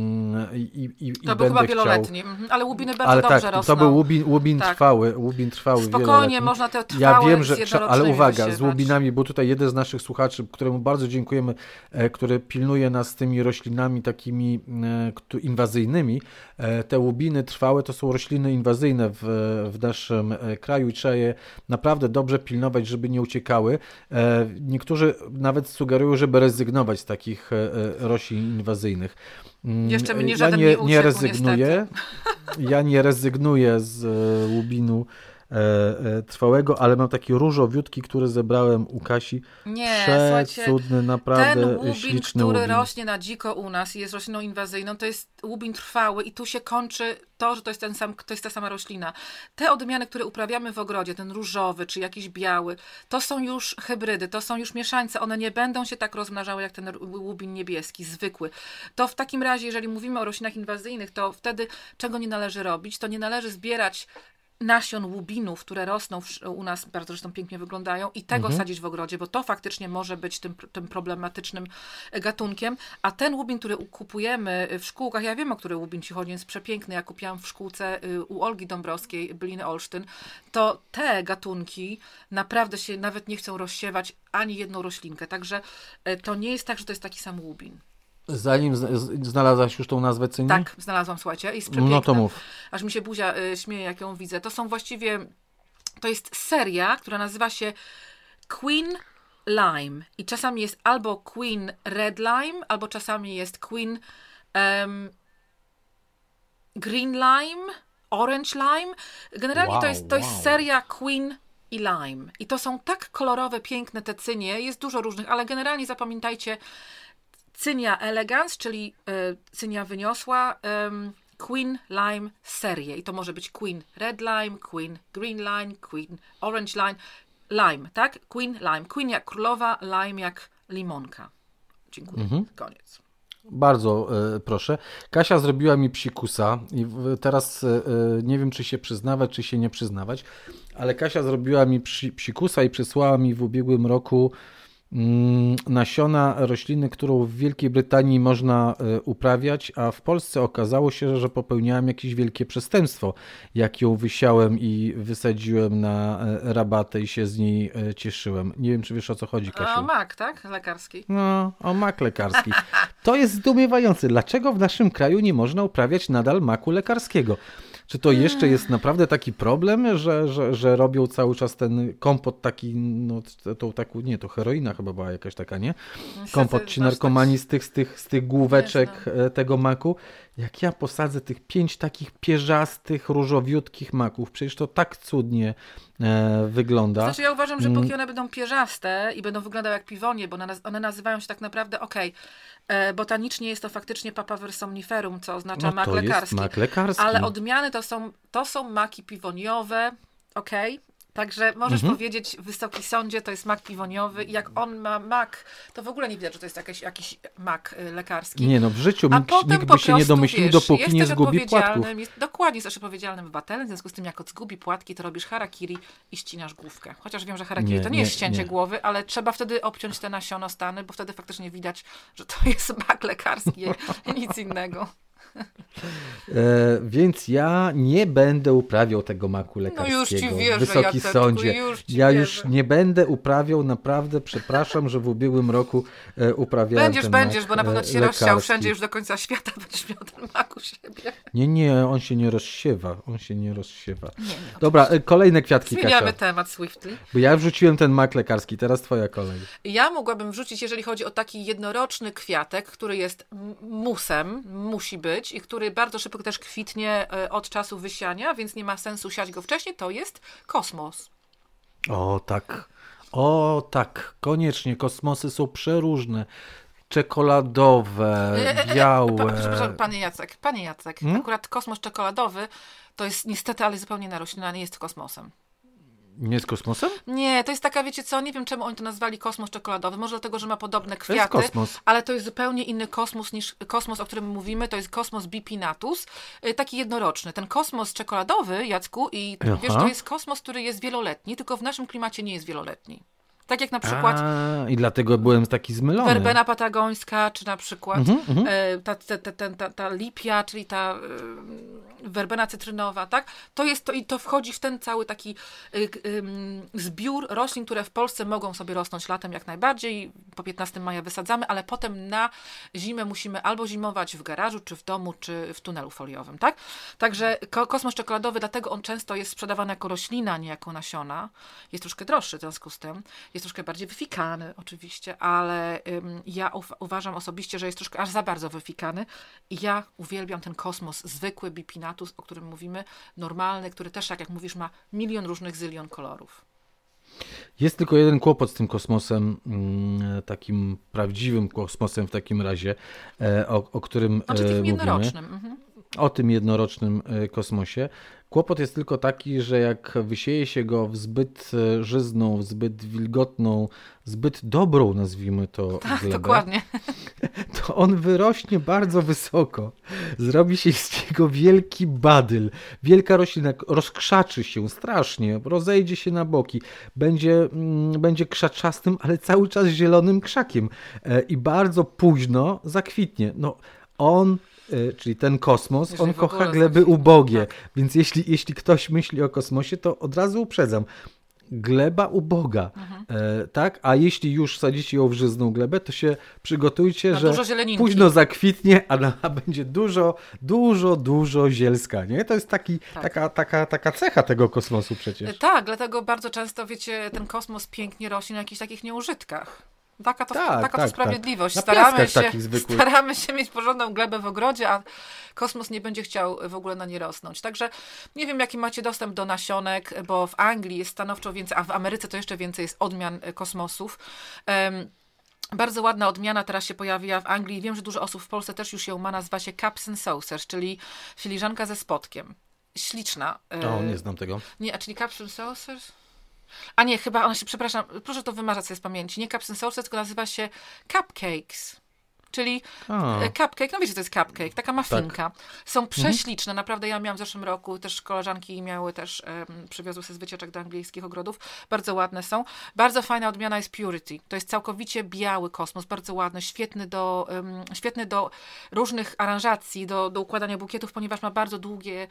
[SPEAKER 1] To był chyba wieloletni, ale łubiny bardzo dobrze rosną.
[SPEAKER 2] To był łubin trwały.
[SPEAKER 1] Spokojnie, można te trwałe
[SPEAKER 2] ja wiem, że ale uwaga,
[SPEAKER 1] wysiewać.
[SPEAKER 2] Z łubinami, bo tutaj jeden z naszych słuchaczy, któremu bardzo dziękujemy, który pilnuje nas z tymi roślinami takimi inwazyjnymi. Te łubiny trwałe to są rośliny inwazyjne w naszym kraju i trzeba je naprawdę dobrze pilnować, żeby nie uciekały. Niektórzy nawet sugerują, żeby rezygnować z takich roślin inwazyjnych.
[SPEAKER 1] Jeszcze mnie żaden nie uciekł,
[SPEAKER 2] rezygnuję. Ja nie rezygnuję z łubinu trwałego, ale mam taki różowiutki, który zebrałem u Kasi. Przecudny, naprawdę śliczny łubin.
[SPEAKER 1] Który rośnie na dziko u nas i jest rośliną inwazyjną, to jest łubin trwały i tu się kończy to, że to jest ta sama roślina. Te odmiany, które uprawiamy w ogrodzie, ten różowy czy jakiś biały, to są już hybrydy, to są już mieszańce, one nie będą się tak rozmnażały jak ten łubin niebieski, zwykły. To w takim razie, jeżeli mówimy o roślinach inwazyjnych, to wtedy czego nie należy robić, to nie należy zbierać nasion łubinów, które rosną u nas, bardzo zresztą pięknie wyglądają i tego sadzić w ogrodzie, bo to faktycznie może być tym problematycznym gatunkiem, a ten łubin, który kupujemy w szkółkach, ja wiem, o który łubin ci chodzi, jest przepiękny, ja kupiłam w szkółce u Olgi Dąbrowskiej, Byliny Olsztyn, to te gatunki naprawdę się nawet nie chcą rozsiewać ani jedną roślinkę, także to nie jest tak, że to jest taki sam łubin.
[SPEAKER 2] Zanim znalazłaś już tą nazwę cyni?
[SPEAKER 1] Tak, znalazłam, słuchajcie, jest przepiękna.
[SPEAKER 2] No to mów.
[SPEAKER 1] Aż mi się buzia śmieje, jak ją widzę. To są właściwie, to jest seria, która nazywa się Queen Lime. I czasami jest albo Queen Red Lime, albo czasami jest Queen Green Lime, Orange Lime. Generalnie to jest seria Queen i Lime. I to są tak kolorowe, piękne te cynie. Jest dużo różnych, ale generalnie zapamiętajcie Cynia elegans, czyli cynia wyniosła, Queen Lime serię. I to może być Queen Red Lime, Queen Green Lime, Queen Orange Lime, tak? Queen Lime. Queen jak królowa, Lime jak limonka. Dziękuję. Koniec.
[SPEAKER 2] Bardzo proszę. Kasia zrobiła mi psikusa i teraz nie wiem, czy się przyznawać, czy się nie przyznawać, ale Kasia zrobiła mi psikusa i przysłała mi w ubiegłym roku nasiona rośliny, którą w Wielkiej Brytanii można uprawiać, a w Polsce okazało się, że popełniałem jakieś wielkie przestępstwo, jak ją wysiałem i wysadziłem na rabatę i się z niej cieszyłem. Nie wiem, czy wiesz, o co chodzi, Kasiu.
[SPEAKER 1] O mak, tak? Lekarski.
[SPEAKER 2] No, o mak lekarski. To jest zdumiewające. Dlaczego w naszym kraju nie można uprawiać nadal maku lekarskiego? Czy to jeszcze jest naprawdę taki problem, że robią cały czas ten kompot taki, no tą taką, nie, to heroina chyba była jakaś taka, nie? Kompot ci narkomani z tych główeczek tego maku. Jak ja posadzę tych 5 takich pierzastych, różowiutkich maków, przecież to tak cudnie wygląda.
[SPEAKER 1] Znaczy ja uważam, że póki one będą pierzaste i będą wyglądały jak piwonie, bo one nazywają się tak naprawdę, botanicznie jest to faktycznie Papaver somniferum, co oznacza mak lekarski.
[SPEAKER 2] Jest mak lekarski.
[SPEAKER 1] Ale odmiany to są maki piwoniowe, Także możesz powiedzieć, Wysoki Sądzie, to jest mak piwoniowy i jak on ma mak, to w ogóle nie widać, że to jest jakiś mak lekarski.
[SPEAKER 2] Nie no, w życiu nikt by się nie domyślił, dopóki nie zgubi płatków.
[SPEAKER 1] Dokładnie, jesteś odpowiedzialnym obywatelem, w związku z tym, jak zgubi płatki, to robisz harakiri i ścinasz główkę. Chociaż wiem, że harakiri to nie jest ścięcie głowy, ale trzeba wtedy obciąć te nasionostany, bo wtedy faktycznie widać, że to jest mak lekarski i nic innego.
[SPEAKER 2] Więc ja nie będę uprawiał tego maku lekarskiego.
[SPEAKER 1] No już ci wierzę,
[SPEAKER 2] Wysoki Sądzie. Już nie będę uprawiał, naprawdę przepraszam, że w ubiegłym roku uprawiałem ten mak
[SPEAKER 1] bo na pewno ci się rozsiał wszędzie już do końca świata, będziesz miał ten mak u siebie.
[SPEAKER 2] Nie, on się nie rozsiewa. Dobra, kolejne kwiatki, Kasia.
[SPEAKER 1] Zmieniamy temat swiftly.
[SPEAKER 2] Bo ja wrzuciłem ten mak lekarski, teraz twoja kolej.
[SPEAKER 1] Ja mogłabym wrzucić, jeżeli chodzi o taki jednoroczny kwiatek, który jest musem, musi być, i który bardzo szybko też kwitnie od czasu wysiania, więc nie ma sensu siać go wcześniej, to jest kosmos.
[SPEAKER 2] O tak, koniecznie. Kosmosy są przeróżne. Czekoladowe, białe.
[SPEAKER 1] Przepraszam, panie Jacek, akurat kosmos czekoladowy to jest niestety, ale zupełnie inna roślina, nie jest kosmosem.
[SPEAKER 2] Nie jest kosmosem?
[SPEAKER 1] Nie, to jest taka, wiecie co, nie wiem czemu oni to nazwali kosmos czekoladowy, może dlatego, że ma podobne kwiaty,
[SPEAKER 2] to jest kosmos.
[SPEAKER 1] Ale to jest zupełnie inny kosmos niż kosmos, o którym mówimy, to jest kosmos bipinatus, taki jednoroczny. Ten kosmos czekoladowy, Jacku, i wiesz, to jest kosmos, który jest wieloletni, tylko w naszym klimacie nie jest wieloletni. Tak jak na przykład...
[SPEAKER 2] I dlatego byłem taki zmylony.
[SPEAKER 1] Werbena patagońska, czy na przykład ta lipia, czyli ta werbena cytrynowa, tak? To wchodzi w ten cały taki zbiór roślin, które w Polsce mogą sobie rosnąć latem jak najbardziej. Po 15 maja wysadzamy, ale potem na zimę musimy albo zimować w garażu, czy w domu, czy w tunelu foliowym, tak? Także kosmos czekoladowy, dlatego on często jest sprzedawany jako roślina, nie jako nasiona. Jest troszkę droższy w związku z tym. Jest troszkę bardziej wyfikany oczywiście, ale ja uważam osobiście, że jest troszkę aż za bardzo wyfikany i ja uwielbiam ten kosmos zwykły, bipinatus, o którym mówimy, normalny, który też, jak mówisz, ma milion różnych zylion kolorów.
[SPEAKER 2] Jest tylko jeden kłopot z tym kosmosem, takim prawdziwym kosmosem w takim razie, o którym
[SPEAKER 1] tym
[SPEAKER 2] mówimy.
[SPEAKER 1] jednorocznym.
[SPEAKER 2] o tym jednorocznym kosmosie. Kłopot jest tylko taki, że jak wysieje się go w zbyt żyzną, w zbyt wilgotną, zbyt dobrą, nazwijmy to,
[SPEAKER 1] Tak,
[SPEAKER 2] glebę,
[SPEAKER 1] dokładnie.
[SPEAKER 2] to on wyrośnie bardzo wysoko. Zrobi się z niego wielki badyl. Wielka roślina rozkrzaczy się strasznie, rozejdzie się na boki. Będzie krzaczastym, ale cały czas zielonym krzakiem. I bardzo późno zakwitnie. No, czyli ten kosmos,
[SPEAKER 1] Jeżeli
[SPEAKER 2] on kocha
[SPEAKER 1] w ogóle
[SPEAKER 2] gleby ubogie.
[SPEAKER 1] tak.
[SPEAKER 2] Więc jeśli ktoś myśli o kosmosie, to od razu uprzedzam. Gleba uboga, tak? A jeśli już sadzicie ją w żyzną glebę, to się przygotujcie, że
[SPEAKER 1] dużo zieleninki.
[SPEAKER 2] późno zakwitnie, a będzie dużo zielska, nie? To jest taka cecha tego kosmosu przecież.
[SPEAKER 1] Tak, dlatego bardzo często, wiecie, ten kosmos pięknie rośnie na jakichś takich nieużytkach. Taka to sprawiedliwość.
[SPEAKER 2] Na piaskach takich zwykłych.
[SPEAKER 1] Staramy się mieć porządną glebę w ogrodzie, a kosmos nie będzie chciał w ogóle na nie rosnąć. Także nie wiem, jaki macie dostęp do nasionek, bo w Anglii jest stanowczo więcej, a w Ameryce to jeszcze więcej jest odmian kosmosów. Bardzo ładna odmiana teraz się pojawiła w Anglii. Wiem, że dużo osób w Polsce też już ją ma. Nazywa się Cups and Saucers, czyli filiżanka ze spodkiem. Śliczna.
[SPEAKER 2] Nie znam tego.
[SPEAKER 1] Nie, a czyli Cups and Saucers? A nie, chyba ona się, przepraszam, proszę to wymarzać sobie z pamięci. Nie Cups and Saucers, tylko nazywa się Cupcakes. Czyli cupcake, no wiecie, to jest cupcake, taka muffinka. Tak. Są prześliczne, naprawdę ja miałam w zeszłym roku, też koleżanki miały też, przywiozły sobie z wycieczek do angielskich ogrodów, bardzo ładne są. Bardzo fajna odmiana jest Purity, to jest całkowicie biały kosmos, bardzo ładny, świetny do różnych aranżacji, do układania bukietów, ponieważ ma bardzo długie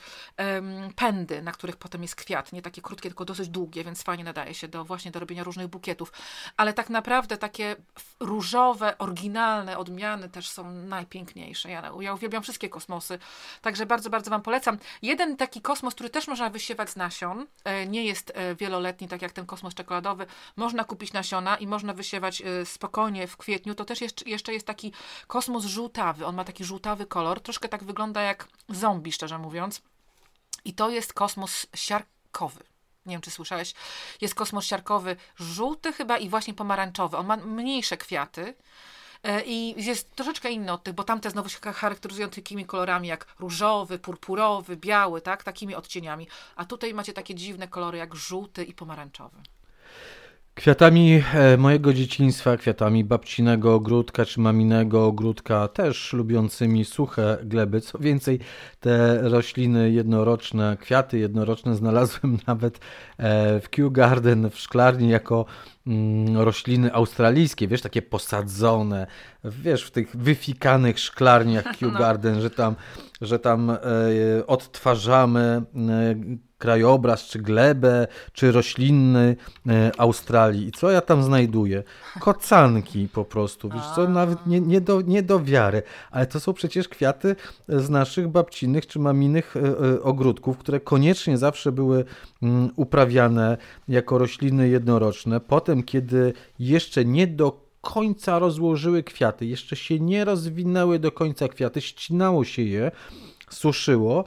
[SPEAKER 1] pędy, na których potem jest kwiat, nie takie krótkie, tylko dosyć długie, więc fajnie nadaje się właśnie do robienia różnych bukietów. Ale tak naprawdę takie różowe, oryginalne odmiany też są najpiękniejsze. Ja uwielbiam wszystkie kosmosy, także bardzo, bardzo wam polecam. Jeden taki kosmos, który też można wysiewać z nasion, nie jest wieloletni, tak jak ten kosmos czekoladowy, można kupić nasiona i można wysiewać spokojnie w kwietniu, to też jeszcze jest taki kosmos żółtawy, on ma taki żółtawy kolor, troszkę tak wygląda jak zombie, szczerze mówiąc, i to jest kosmos siarkowy. Nie wiem, czy słyszałeś, jest kosmos siarkowy żółty chyba i właśnie pomarańczowy, on ma mniejsze kwiaty, i jest troszeczkę inny od tych, bo tamte znowu się charakteryzują takimi kolorami jak różowy, purpurowy, biały, tak? Takimi odcieniami. A tutaj macie takie dziwne kolory jak żółty i pomarańczowy.
[SPEAKER 2] Kwiatami mojego dzieciństwa, kwiatami babcinego ogródka czy maminego ogródka, też lubiącymi suche gleby. Co więcej, te rośliny jednoroczne, kwiaty jednoroczne znalazłem nawet w Kew Garden, w szklarni jako rośliny australijskie, wiesz, takie posadzone, wiesz, w tych wyfikanych szklarniach Kew Garden, że tam odtwarzamy krajobraz, czy glebę, czy rośliny Australii. I co ja tam znajduję? Kocanki po prostu, wiesz co, nawet nie do wiary. Ale to są przecież kwiaty z naszych babcinych czy maminych ogródków, które koniecznie zawsze były uprawiane jako rośliny jednoroczne. Potem, kiedy jeszcze nie do końca rozłożyły kwiaty, jeszcze się nie rozwinęły do końca kwiaty, ścinało się je, suszyło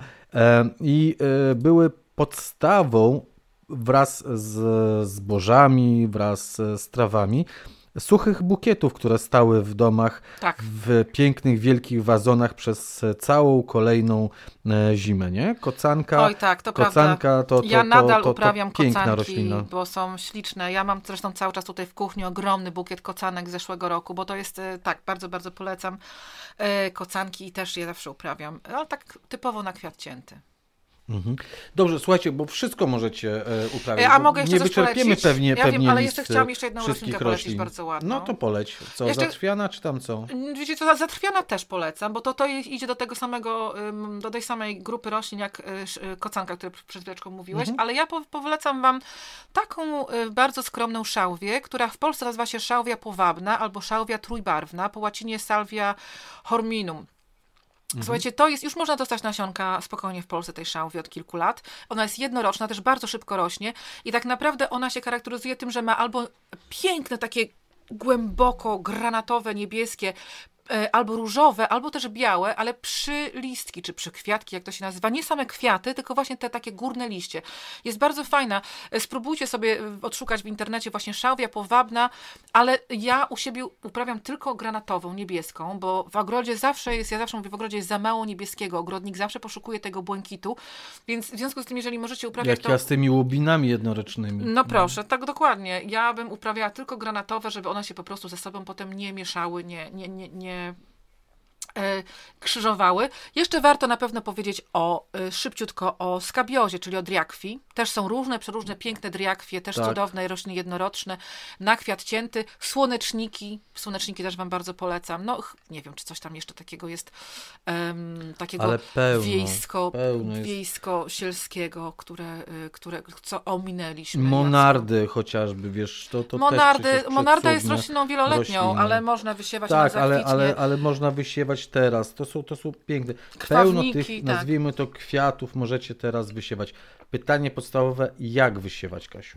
[SPEAKER 2] i były podstawą wraz z zbożami, wraz z trawami suchych bukietów, które stały w domach w pięknych, wielkich wazonach przez całą kolejną zimę, nie? Kocanka,
[SPEAKER 1] oj tak, to
[SPEAKER 2] kocanka
[SPEAKER 1] prawda. Ja nadal uprawiam
[SPEAKER 2] piękna
[SPEAKER 1] kocanki,
[SPEAKER 2] roślina.
[SPEAKER 1] bo są śliczne. Ja mam zresztą cały czas tutaj w kuchni ogromny bukiet kocanek z zeszłego roku, bo to jest, tak, bardzo, bardzo polecam kocanki i też je zawsze uprawiam, ale tak typowo na kwiat cięty.
[SPEAKER 2] Dobrze, słuchajcie, bo wszystko możecie uprawiać.
[SPEAKER 1] A mogę jeszcze
[SPEAKER 2] nie
[SPEAKER 1] coś
[SPEAKER 2] wyczerpiemy
[SPEAKER 1] polecić?
[SPEAKER 2] pewnie
[SPEAKER 1] Ja wiem, ale
[SPEAKER 2] list
[SPEAKER 1] jeszcze chciałam jeszcze jedną
[SPEAKER 2] wszystkich
[SPEAKER 1] roślinkę polecić
[SPEAKER 2] roślin.
[SPEAKER 1] bardzo ładną.
[SPEAKER 2] No to poleć. Co,
[SPEAKER 1] jeszcze...
[SPEAKER 2] zatrwiana czy tam co?
[SPEAKER 1] Wiecie co, zatrwiana też polecam, bo to idzie do tego samego, do tej samej grupy roślin jak kocanka, o której przed chwileczką mówiłeś, ale ja polecam wam taką bardzo skromną szałwię, która w Polsce nazywa się szałwia powabna albo szałwia trójbarwna, po łacinie salvia horminum. Słuchajcie, już można dostać nasionka spokojnie w Polsce tej szałwi od kilku lat. Ona jest jednoroczna, też bardzo szybko rośnie i tak naprawdę ona się charakteryzuje tym, że ma albo piękne takie głęboko granatowe, niebieskie albo różowe, albo też białe, ale przylistki, czy przykwiatki, jak to się nazywa. Nie same kwiaty, tylko właśnie te takie górne liście. Jest bardzo fajna. Spróbujcie sobie odszukać w internecie właśnie szałwia powabna, ale ja u siebie uprawiam tylko granatową, niebieską, bo w ogrodzie zawsze jest, ja zawsze mówię, w ogrodzie jest za mało niebieskiego. Ogrodnik zawsze poszukuje tego błękitu, więc w związku z tym, jeżeli możecie uprawiać
[SPEAKER 2] Jak ja z tymi łubinami jednorocznymi.
[SPEAKER 1] No proszę, tak dokładnie. Ja bym uprawiała tylko granatowe, żeby one się po prostu ze sobą potem nie mieszały, nie krzyżowały. Jeszcze warto na pewno powiedzieć szybciutko o skabiozie, czyli o driakwi. Też są różne, przeróżne, piękne driakwie, też cudowne rośliny jednoroczne, na kwiat cięty, słoneczniki. Słoneczniki też wam bardzo polecam. No, nie wiem, czy coś tam jeszcze takiego jest, takiego
[SPEAKER 2] ale
[SPEAKER 1] wiejsko-sielskiego, które co ominęliśmy.
[SPEAKER 2] Monardy chociażby, wiesz, to
[SPEAKER 1] Monarda jest rośliną wieloletnią, ale można wysiewać na zakwicznie.
[SPEAKER 2] ale można wysiewać teraz. To są piękne.
[SPEAKER 1] Krwawniki,
[SPEAKER 2] pełno tych, nazwijmy to, kwiatów możecie teraz wysiewać. Pytanie podstawowe, jak wysiewać, Kasiu?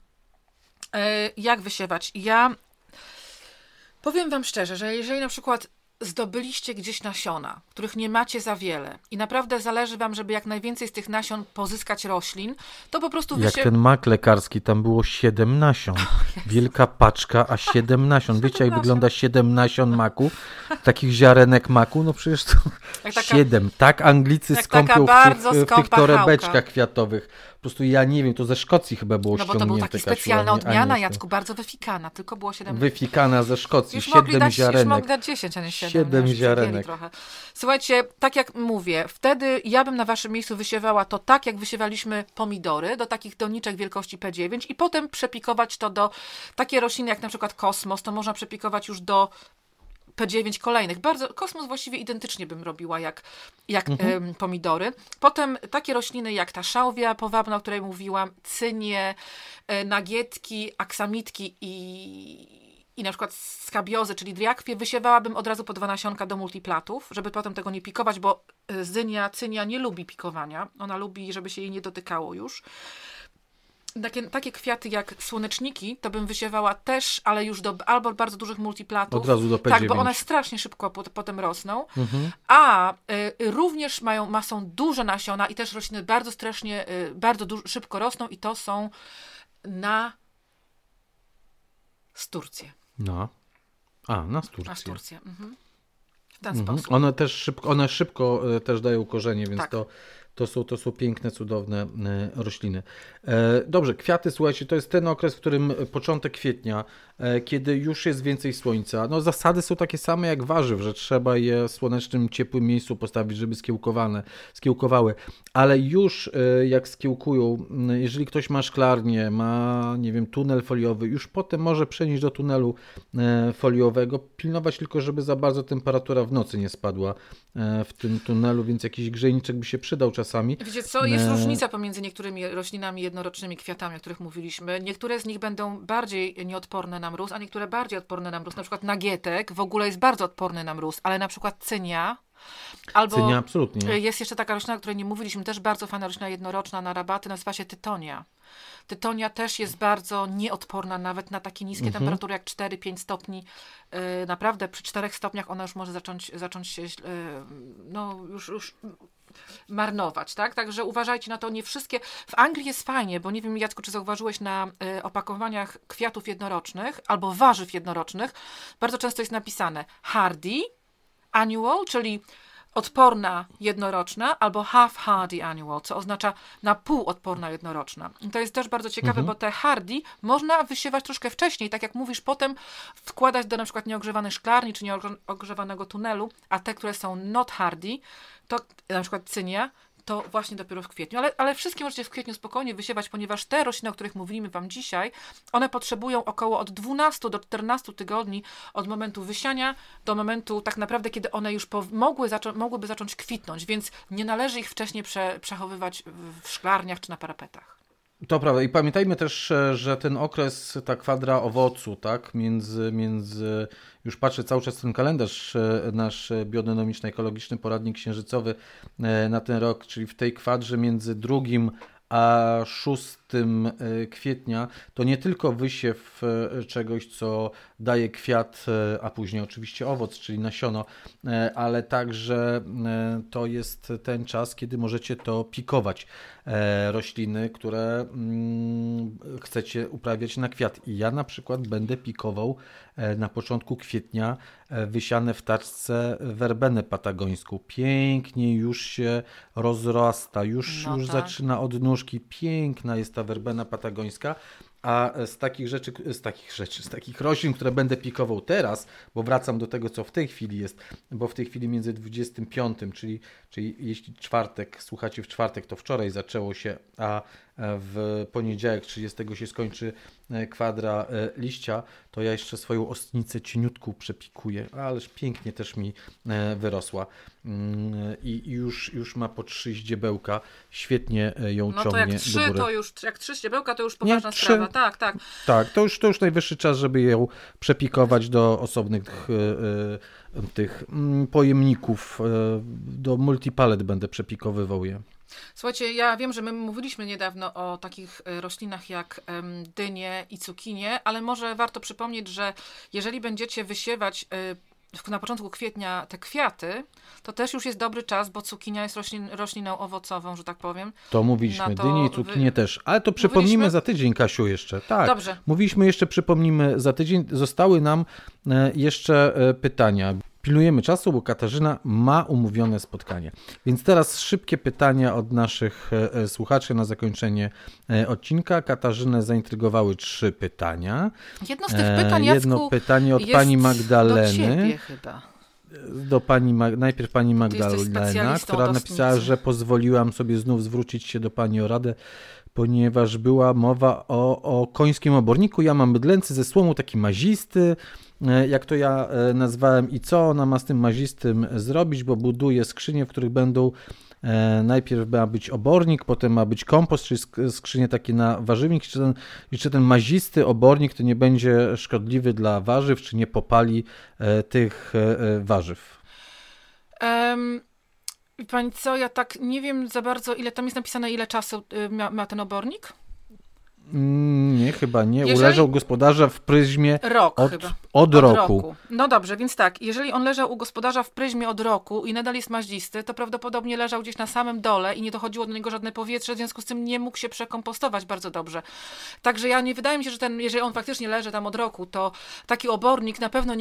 [SPEAKER 1] Jak wysiewać? Ja powiem wam szczerze, że jeżeli na przykład zdobyliście gdzieś nasiona, których nie macie za wiele i naprawdę zależy wam, żeby jak najwięcej z tych nasion pozyskać roślin, to po prostu
[SPEAKER 2] Jak ten mak lekarski, tam było 7 nasion. Wielka paczka, a 7 nasion. Wiecie, jak wygląda 7 nasion maku? Takich ziarenek maku? No przecież to 7. Tak Anglicy skąpią w tych torebeczkach kwiatowych. Po prostu ja nie wiem, to ze Szkocji chyba było ściągnięte.
[SPEAKER 1] No bo to był taki specjalna odmiana, Jacku, bardzo wyfikana, tylko było 7.
[SPEAKER 2] Wyfikana ze Szkocji,
[SPEAKER 1] już
[SPEAKER 2] 7 ziarenek.
[SPEAKER 1] Już mogli dać 10, a nie 7.
[SPEAKER 2] 7 ziarenek.
[SPEAKER 1] Trochę. Słuchajcie, tak jak mówię, wtedy ja bym na waszym miejscu wysiewała to tak, jak wysiewaliśmy pomidory, do takich doniczek wielkości P9 i potem przepikować to do takie rośliny jak na przykład kosmos, to można przepikować już do P9 kolejnych. Kosmos właściwie identycznie bym robiła jak pomidory. Potem takie rośliny jak ta szałwia powabna, o której mówiłam, cynie, nagietki, aksamitki i na przykład skabiozy, czyli driakwie, wysiewałabym od razu po 2 nasionka do multiplatów, żeby potem tego nie pikować, bo cynia nie lubi pikowania. Ona lubi, żeby się jej nie dotykało już. Takie kwiaty jak słoneczniki, to bym wysiewała też, ale już do albo bardzo dużych multiplatów.
[SPEAKER 2] Od razu do P9.
[SPEAKER 1] Tak, bo one strasznie szybko potem rosną. A również są duże nasiona i też rośliny bardzo strasznie, szybko rosną i to są nasturcje. Nasturcje. W ten sposób.
[SPEAKER 2] One szybko też dają korzenie, więc
[SPEAKER 1] tak.
[SPEAKER 2] To są piękne, cudowne rośliny. Dobrze, kwiaty, słuchajcie, to jest ten okres, w którym początek kwietnia, kiedy już jest więcej słońca. No, zasady są takie same jak warzyw, że trzeba je w słonecznym, ciepłym miejscu postawić, żeby skiełkowały. Ale już jak skiełkują, jeżeli ktoś ma szklarnię, ma, nie wiem, tunel foliowy, już potem może przenieść do tunelu foliowego, pilnować tylko, żeby za bardzo temperatura w nocy nie spadła w tym tunelu, więc jakiś grzejniczek by się przydał czasami.
[SPEAKER 1] Wiecie co, jest różnica pomiędzy niektórymi roślinami jednorocznymi, kwiatami, o których mówiliśmy. Niektóre z nich będą bardziej nieodporne na mróz, a niektóre bardziej odporne na mróz. Na przykład nagietek w ogóle jest bardzo odporny na mróz, ale na przykład cynia
[SPEAKER 2] Cynia, absolutnie.
[SPEAKER 1] Jest jeszcze taka roślina, o której nie mówiliśmy, też bardzo fajna roślina jednoroczna na rabaty, nazywa się tytonia. Tytonia też jest bardzo nieodporna nawet na takie niskie temperatury jak 4-5 stopni. Naprawdę przy 4 stopniach ona już może zacząć się już marnować, tak? Także uważajcie na to, nie wszystkie. W Anglii jest fajnie, bo nie wiem, Jacku, czy zauważyłeś na opakowaniach kwiatów jednorocznych albo warzyw jednorocznych, bardzo często jest napisane hardy annual, czyli odporna jednoroczna, albo half hardy annual, co oznacza na pół odporna jednoroczna. I to jest też bardzo ciekawe, bo te hardy można wysiewać troszkę wcześniej, tak jak mówisz, potem wkładać do na przykład nieogrzewanej szklarni, czy nieogrzewanego tunelu, a te, które są not hardy, to na przykład cynia, to właśnie dopiero w kwietniu. Ale wszystkie możecie w kwietniu spokojnie wysiewać, ponieważ te rośliny, o których mówimy wam dzisiaj, one potrzebują około od 12 do 14 tygodni od momentu wysiania do momentu tak naprawdę, kiedy one już mogłyby zacząć kwitnąć, więc nie należy ich wcześniej przechowywać w szklarniach czy na parapetach.
[SPEAKER 2] To prawda i pamiętajmy też, że ten okres, ta kwadra owocu, tak, między już patrzę cały czas ten kalendarz nasz biodynamiczny, ekologiczny poradnik księżycowy na ten rok, czyli w tej kwadrze między 2 a 6 kwietnia to nie tylko wysiew czegoś, co daje kwiat, a później oczywiście owoc, czyli nasiono, ale także to jest ten czas, kiedy możecie to pikować. Rośliny, które chcecie uprawiać na kwiat. I ja na przykład będę pikował na początku kwietnia wysiane w taczce werbenę patagońską. Pięknie już się rozrasta, już zaczyna od nóżki. Piękna jest ta werbena patagońska. A z takich roślin, które będę pikował teraz, bo wracam do tego, co w tej chwili jest, bo w tej chwili między 25, czyli jeśli słuchacie w czwartek, to wczoraj zaczęło się, a w poniedziałek 30 się skończy kwadra liścia, to ja jeszcze swoją ostnicę cieniutką przepikuję, ależ pięknie też mi wyrosła i już ma po 3 ździebełka, świetnie ją ciągnie do góry.
[SPEAKER 1] No to jak 3 ździebełka, to już poważna sprawa, tak.
[SPEAKER 2] Tak, to już najwyższy czas, żeby ją przepikować do osobnych tych pojemników, do multipalet będę przepikowywał je.
[SPEAKER 1] Słuchajcie, ja wiem, że my mówiliśmy niedawno o takich roślinach jak dynie i cukinie, ale może warto przypomnieć, że jeżeli będziecie wysiewać na początku kwietnia te kwiaty, to też już jest dobry czas, bo cukinia jest rośliną owocową, że tak powiem.
[SPEAKER 2] To mówiliśmy, dynie i cukinię też. Ale to przypomnimy za tydzień, Kasiu, jeszcze. Tak,
[SPEAKER 1] dobrze.
[SPEAKER 2] Mówiliśmy jeszcze, przypomnimy za tydzień. Zostały nam jeszcze pytania. Pilnujemy czasu, bo Katarzyna ma umówione spotkanie. Więc teraz szybkie pytania od naszych słuchaczy na zakończenie odcinka. Katarzynę zaintrygowały 3 pytania.
[SPEAKER 1] Jedno z tych pytań, Jacku,
[SPEAKER 2] jedno pytanie od pani Magdaleny.
[SPEAKER 1] Do ciebie chyba.
[SPEAKER 2] Najpierw pani Magdalena, która napisała, że pozwoliłam sobie znów zwrócić się do pani o radę, ponieważ była mowa o końskim oborniku. Ja mam bydlęcy ze słomu, taki mazisty, jak to ja nazwałem, i co ona ma z tym mazistym zrobić, bo buduje skrzynie, w których będą najpierw ma być obornik, potem ma być kompost, czyli skrzynie takie na warzywnik, czy ten mazisty obornik to nie będzie szkodliwy dla warzyw, czy nie popali tych warzyw.
[SPEAKER 1] Pani co, ja tak nie wiem za bardzo, ile tam jest napisane, ile czasu ma ten obornik?
[SPEAKER 2] Nie, chyba nie. Uleżał gospodarza w pryzmie od roku.
[SPEAKER 1] No dobrze, więc tak, jeżeli on leżał u gospodarza w pryzmie od roku i nadal jest maździsty, to prawdopodobnie leżał gdzieś na samym dole i nie dochodziło do niego żadne powietrze, w związku z tym nie mógł się przekompostować bardzo dobrze. Także nie wydaje mi się, że jeżeli on faktycznie leży tam od roku, to taki obornik na pewno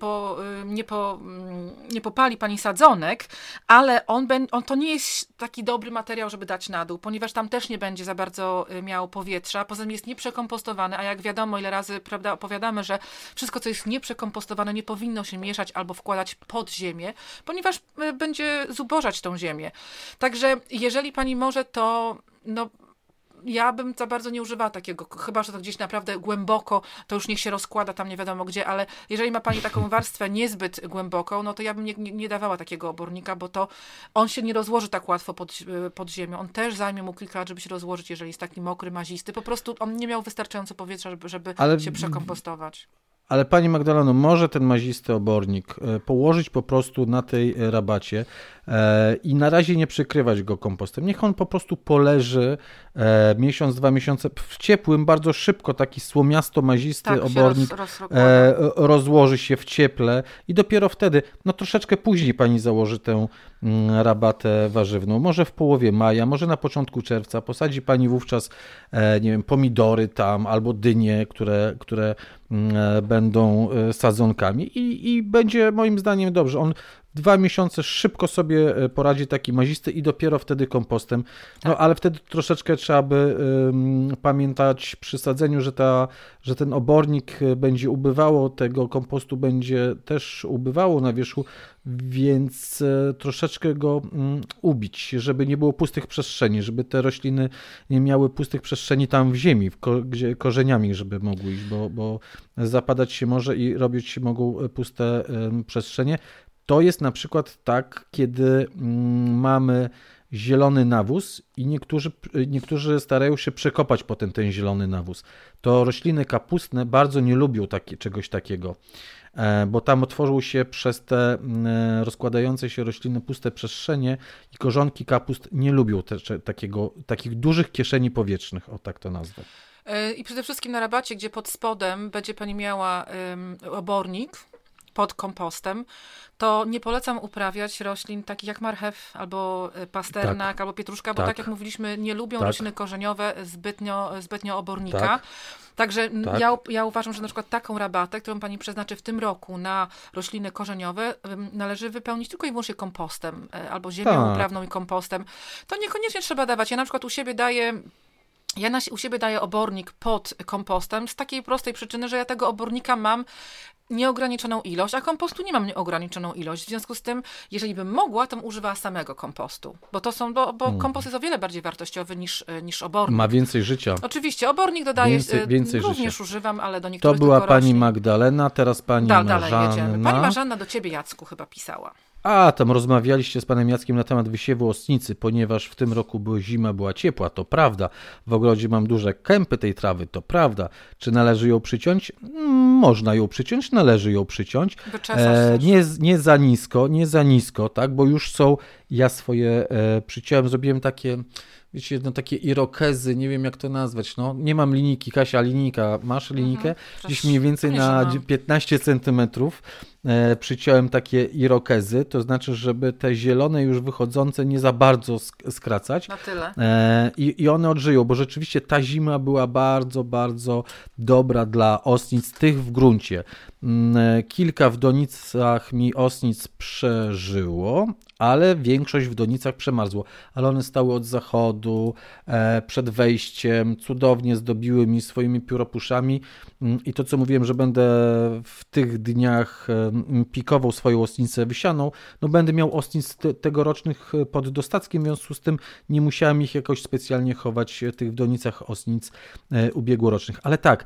[SPEAKER 1] nie popali pani sadzonek, ale on to nie jest taki dobry materiał, żeby dać na dół, ponieważ tam też nie będzie za bardzo miał powietrza. Poza tym jest nieprzekompostowany, a jak wiadomo, ile razy opowiadamy, że wszystko, co jest nieprzekompostowane, nie powinno się mieszać albo wkładać pod ziemię, ponieważ będzie zubożać tą ziemię. Także jeżeli pani może, to ja bym za bardzo nie używała takiego, chyba że to gdzieś naprawdę głęboko, to już niech się rozkłada tam nie wiadomo gdzie, ale jeżeli ma pani taką warstwę niezbyt głęboką, no to ja bym nie dawała takiego obornika, bo to on się nie rozłoży tak łatwo pod ziemią. On też zajmie mu kilka lat, żeby się rozłożyć, jeżeli jest taki mokry, mazisty. Po prostu on nie miał wystarczająco powietrza, żeby się przekompostować.
[SPEAKER 2] Ale pani Magdaleno, może ten mazisty obornik położyć po prostu na tej rabacie i na razie nie przykrywać go kompostem. Niech on po prostu poleży miesiąc, 2 miesiące w ciepłym, bardzo szybko taki słomiasto-mazisty obornik rozłoży się w cieple i dopiero wtedy, troszeczkę później pani założy tę rabatę warzywną. Może w połowie maja, może na początku czerwca. Posadzi pani wówczas, nie wiem, pomidory tam albo dynie, które będą sadzonkami i będzie moim zdaniem dobrze. On 2 miesiące szybko sobie poradzi taki mazisty i dopiero wtedy kompostem. Ale wtedy troszeczkę trzeba by pamiętać przy sadzeniu, że ten obornik będzie ubywało, tego kompostu będzie też ubywało na wierzchu, więc troszeczkę go ubić, żeby nie było pustych przestrzeni, żeby te rośliny nie miały pustych przestrzeni tam w ziemi, gdzie korzeniami, żeby mogły iść, bo zapadać się może i robić się mogą puste przestrzenie. To jest na przykład tak, kiedy mamy zielony nawóz i niektórzy starają się przekopać potem ten zielony nawóz. To rośliny kapustne bardzo nie lubią czegoś takiego, bo tam otworzył się przez te rozkładające się rośliny puste przestrzenie i korzonki kapust nie lubią takich dużych kieszeni powietrznych, o tak to nazwę.
[SPEAKER 1] I przede wszystkim na rabacie, gdzie pod spodem będzie pani miała obornik pod kompostem, to nie polecam uprawiać roślin takich jak marchew, albo pasternak, albo pietruszka, bo tak jak mówiliśmy, nie lubią rośliny korzeniowe zbytnio obornika. Tak. Także ja uważam, że na przykład taką rabatę, którą pani przeznaczy w tym roku na rośliny korzeniowe, należy wypełnić tylko i wyłącznie kompostem, albo ziemią uprawną i kompostem. To niekoniecznie trzeba dawać. Ja na przykład u siebie daję obornik pod kompostem z takiej prostej przyczyny, że ja tego obornika mam nieograniczoną ilość, a kompostu nie mam nieograniczoną ilość. W związku z tym, jeżeli bym mogła, to bym używała samego kompostu. Bo kompost jest o wiele bardziej wartościowy niż obornik.
[SPEAKER 2] Ma więcej życia.
[SPEAKER 1] Oczywiście, obornik dodaję,
[SPEAKER 2] więcej
[SPEAKER 1] również
[SPEAKER 2] życia.
[SPEAKER 1] używam, ale do niektórych
[SPEAKER 2] To była
[SPEAKER 1] tylko roślin.
[SPEAKER 2] pani Magdalena, teraz pani Marzanna.
[SPEAKER 1] Dalej jedziemy. Pani Marzanna do ciebie, Jacku, chyba pisała.
[SPEAKER 2] Tam rozmawialiście z panem Jackiem na temat wysiewu ostnicy, ponieważ w tym roku zima była ciepła, to prawda. W ogrodzie mam duże kępy tej trawy, to prawda. Czy należy ją przyciąć? Można ją przyciąć, należy ją przyciąć. Nie za nisko, tak, bo już są, ja swoje przyciąłem, zrobiłem takie, wiecie, takie irokezy, nie wiem jak to nazwać, nie mam linijki, Kasia, linijka, masz linijkę? Gdzieś mniej więcej na 15 centymetrów przyciąłem takie irokezy, to znaczy, żeby te zielone już wychodzące nie za bardzo skracać.
[SPEAKER 1] Na tyle.
[SPEAKER 2] I one odżyją, bo rzeczywiście ta zima była bardzo, bardzo dobra dla ostnic, tych w gruncie. Kilka w donicach mi ostnic przeżyło, ale większość w donicach przemarzło. Ale one stały od zachodu, przed wejściem, cudownie zdobiły mi swoimi pióropuszami i to, co mówiłem, że będę w tych dniach pikował swoją ostnicę wysianą, będę miał ostnic tegorocznych pod dostackiem, w związku z tym nie musiałem ich jakoś specjalnie chować, tych w donicach ostnic ubiegłorocznych. Ale tak,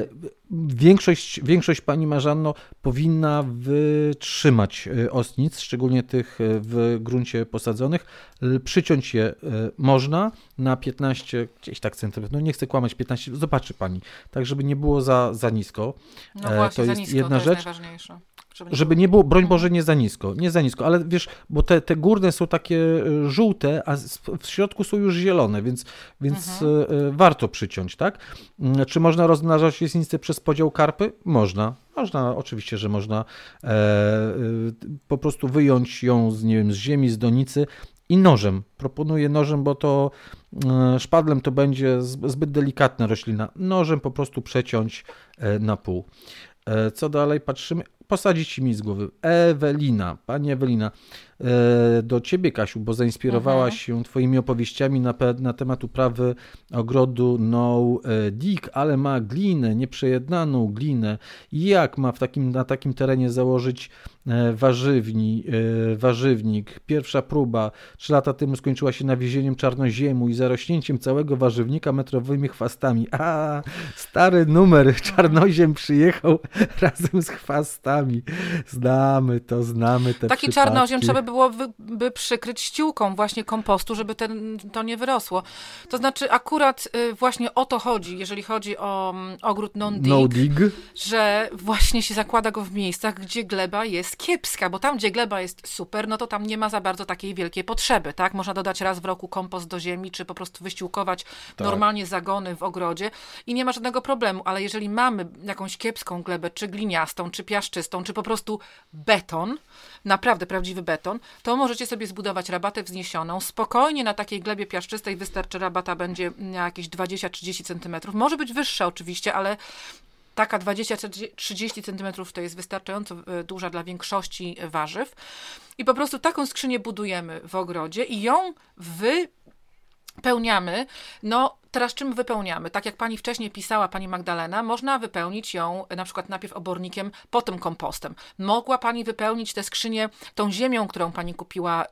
[SPEAKER 2] większość pani Marzanno powinna wytrzymać ostnic, szczególnie tych w gruncie posadzonych. Przyciąć je można na 15, gdzieś tak centymetrów, nie chcę kłamać, 15, zobaczy pani, tak żeby nie było za nisko.
[SPEAKER 1] Właśnie,
[SPEAKER 2] to jest
[SPEAKER 1] nisko,
[SPEAKER 2] jedna
[SPEAKER 1] to
[SPEAKER 2] rzecz.
[SPEAKER 1] jest najważniejsze.
[SPEAKER 2] Żeby nie było, broń Boże, nie za nisko, ale wiesz, bo te górne są takie żółte, a w środku są już zielone, więc warto przyciąć, tak? Czy można rozmnażać ośnice przez podział karpy? Można, oczywiście, że można po prostu wyjąć ją z ziemi, z donicy i nożem. Proponuję nożem, bo to szpadlem to będzie zbyt delikatna roślina. Nożem po prostu przeciąć na pół. Co dalej? Patrzymy. Posadzić ci mi z głowy. Pani Ewelina, do ciebie, Kasiu, bo zainspirowałaś się twoimi opowieściami na temat uprawy ogrodu no-dig, ale ma glinę, nieprzejednaną glinę. Jak ma na takim terenie założyć warzywnik? Pierwsza próba 3 lata temu skończyła się nawiezieniem czarnoziemu i zarośnięciem całego warzywnika metrowymi chwastami. Stary numer, czarnoziem przyjechał razem z chwastami. Znamy te
[SPEAKER 1] Taki
[SPEAKER 2] przypadki.
[SPEAKER 1] Czarnoziem trzeba było by przykryć ściółką właśnie kompostu, żeby to nie wyrosło. To znaczy akurat właśnie o to chodzi, jeżeli chodzi o ogród no-dig, że właśnie się zakłada go w miejscach, gdzie gleba jest kiepska, bo tam, gdzie gleba jest super, to tam nie ma za bardzo takiej wielkiej potrzeby, tak? Można dodać raz w roku kompost do ziemi, czy po prostu wyściółkować normalnie zagony w ogrodzie i nie ma żadnego problemu, ale jeżeli mamy jakąś kiepską glebę, czy gliniastą, czy piaszczystą, czy po prostu beton, naprawdę prawdziwy beton, to możecie sobie zbudować rabatę wzniesioną. Spokojnie na takiej glebie piaszczystej wystarczy rabata będzie jakieś 20-30 cm. Może być wyższa oczywiście, ale taka 20-30 cm to jest wystarczająco duża dla większości warzyw. I po prostu taką skrzynię budujemy w ogrodzie i ją wypełniamy. Teraz czym wypełniamy? Tak jak pani wcześniej pisała, pani Magdalena, można wypełnić ją na przykład najpierw obornikiem, potem kompostem. Mogła pani wypełnić tę skrzynię tą ziemią, którą pani kupiła.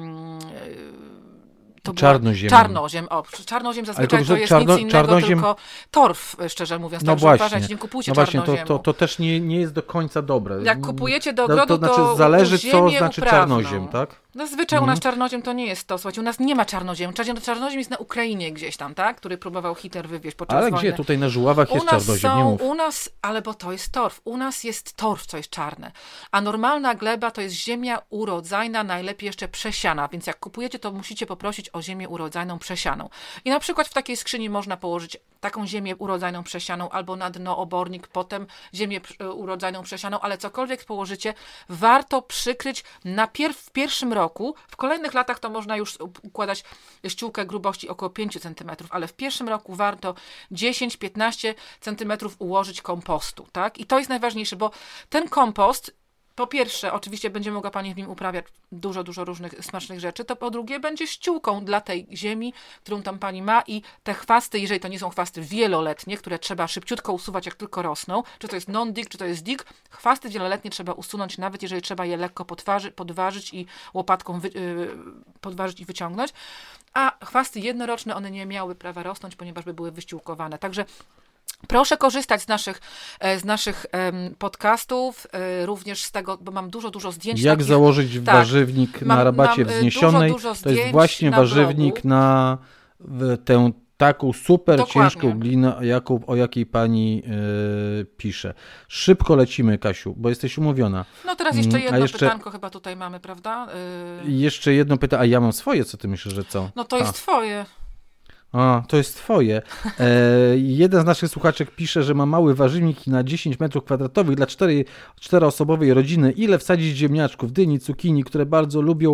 [SPEAKER 2] Czarnoziem.
[SPEAKER 1] Czarnoziem zazwyczaj to jest nic innego, tylko torf, szczerze mówiąc. Także uważajcie, nie kupujcie czarnoziemu.
[SPEAKER 2] To też nie jest do końca dobre.
[SPEAKER 1] Jak kupujecie do ogrodu,
[SPEAKER 2] to znaczy zależy,
[SPEAKER 1] ziemię
[SPEAKER 2] co znaczy
[SPEAKER 1] uprawną.
[SPEAKER 2] czarnoziem, tak?
[SPEAKER 1] Zazwyczaj u nas czarnoziem to nie jest to. Słuchajcie, u nas nie ma czarnoziemu. Czarnoziem jest na Ukrainie gdzieś tam, tak? Który próbował Hitler wywieźć podczas wojny.
[SPEAKER 2] Ale gdzie? Tutaj na Żuławach jest czarnoziem, nie mów.
[SPEAKER 1] U nas, ale bo to jest torf. U nas jest torf, co jest czarne. A normalna gleba to jest ziemia urodzajna, najlepiej jeszcze przesiana. Więc jak kupujecie, to musicie poprosić o ziemię urodzajną, przesianą. I na przykład w takiej skrzyni można położyć taką ziemię urodzajną, przesianą, albo na dno obornik, potem ziemię urodzajną, przesianą, ale cokolwiek położycie, warto przykryć w pierwszym roku. W kolejnych latach to można już układać ściółkę grubości około 5 cm, ale w pierwszym roku warto 10-15 cm ułożyć kompostu, tak? I to jest najważniejsze, bo ten kompost, po pierwsze, oczywiście będzie mogła Pani w nim uprawiać dużo różnych smacznych rzeczy, to po drugie będzie ściółką dla tej ziemi, którą tam Pani ma i te chwasty, jeżeli to nie są chwasty wieloletnie, które trzeba szybciutko usuwać, jak tylko rosną, czy to jest non-dig, czy to jest dig, chwasty wieloletnie trzeba usunąć, nawet jeżeli trzeba je lekko podważyć i łopatką podważyć i wyciągnąć, a chwasty jednoroczne, one nie miały prawa rosnąć, ponieważ by były wyściółkowane. Także proszę korzystać z naszych podcastów, również z tego, bo mam dużo zdjęć.
[SPEAKER 2] Jak założyć warzywnik na rabacie wzniesionej?
[SPEAKER 1] Dużo
[SPEAKER 2] to jest właśnie warzywnik na tę taką super ciężką glinę, o jakiej Pani pisze. Szybko lecimy, Kasiu, bo jesteś umówiona.
[SPEAKER 1] No teraz jeszcze jedno pytanko chyba tutaj mamy, prawda?
[SPEAKER 2] Jeszcze jedno pytanie, a ja mam swoje, co ty myślisz, że co?
[SPEAKER 1] No to jest twoje.
[SPEAKER 2] A, to jest twoje. Jeden z naszych słuchaczek pisze, że ma mały warzywnik na 10 m2 dla 4-osobowej rodziny. Ile wsadzić ziemniaczków, dyni, cukinii, które bardzo lubią,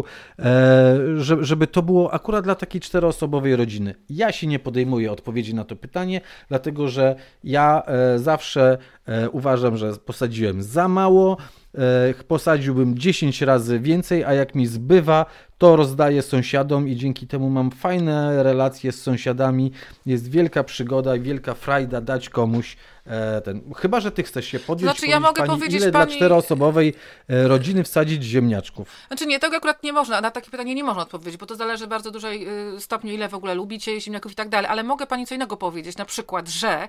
[SPEAKER 2] żeby to było akurat dla takiej 4-osobowej rodziny? Ja się nie podejmuję odpowiedzi na to pytanie, dlatego że ja zawsze uważam, że posadziłem za mało. Posadziłbym 10 razy więcej, a jak mi zbywa, to rozdaję sąsiadom i dzięki temu mam fajne relacje z sąsiadami. Jest wielka przygoda i wielka frajda dać komuś Chyba że ty chcesz się podjąć,
[SPEAKER 1] ja mogę
[SPEAKER 2] pani,
[SPEAKER 1] powiedzieć
[SPEAKER 2] ile
[SPEAKER 1] pani...
[SPEAKER 2] dla 4-osobowej rodziny wsadzić ziemniaczków?
[SPEAKER 1] Znaczy nie, tego akurat nie można, na takie pytanie nie można odpowiedzieć, bo to zależy w bardzo dużej stopniu, ile w ogóle lubicie ziemniaków i tak dalej, ale mogę pani co innego powiedzieć, na przykład, że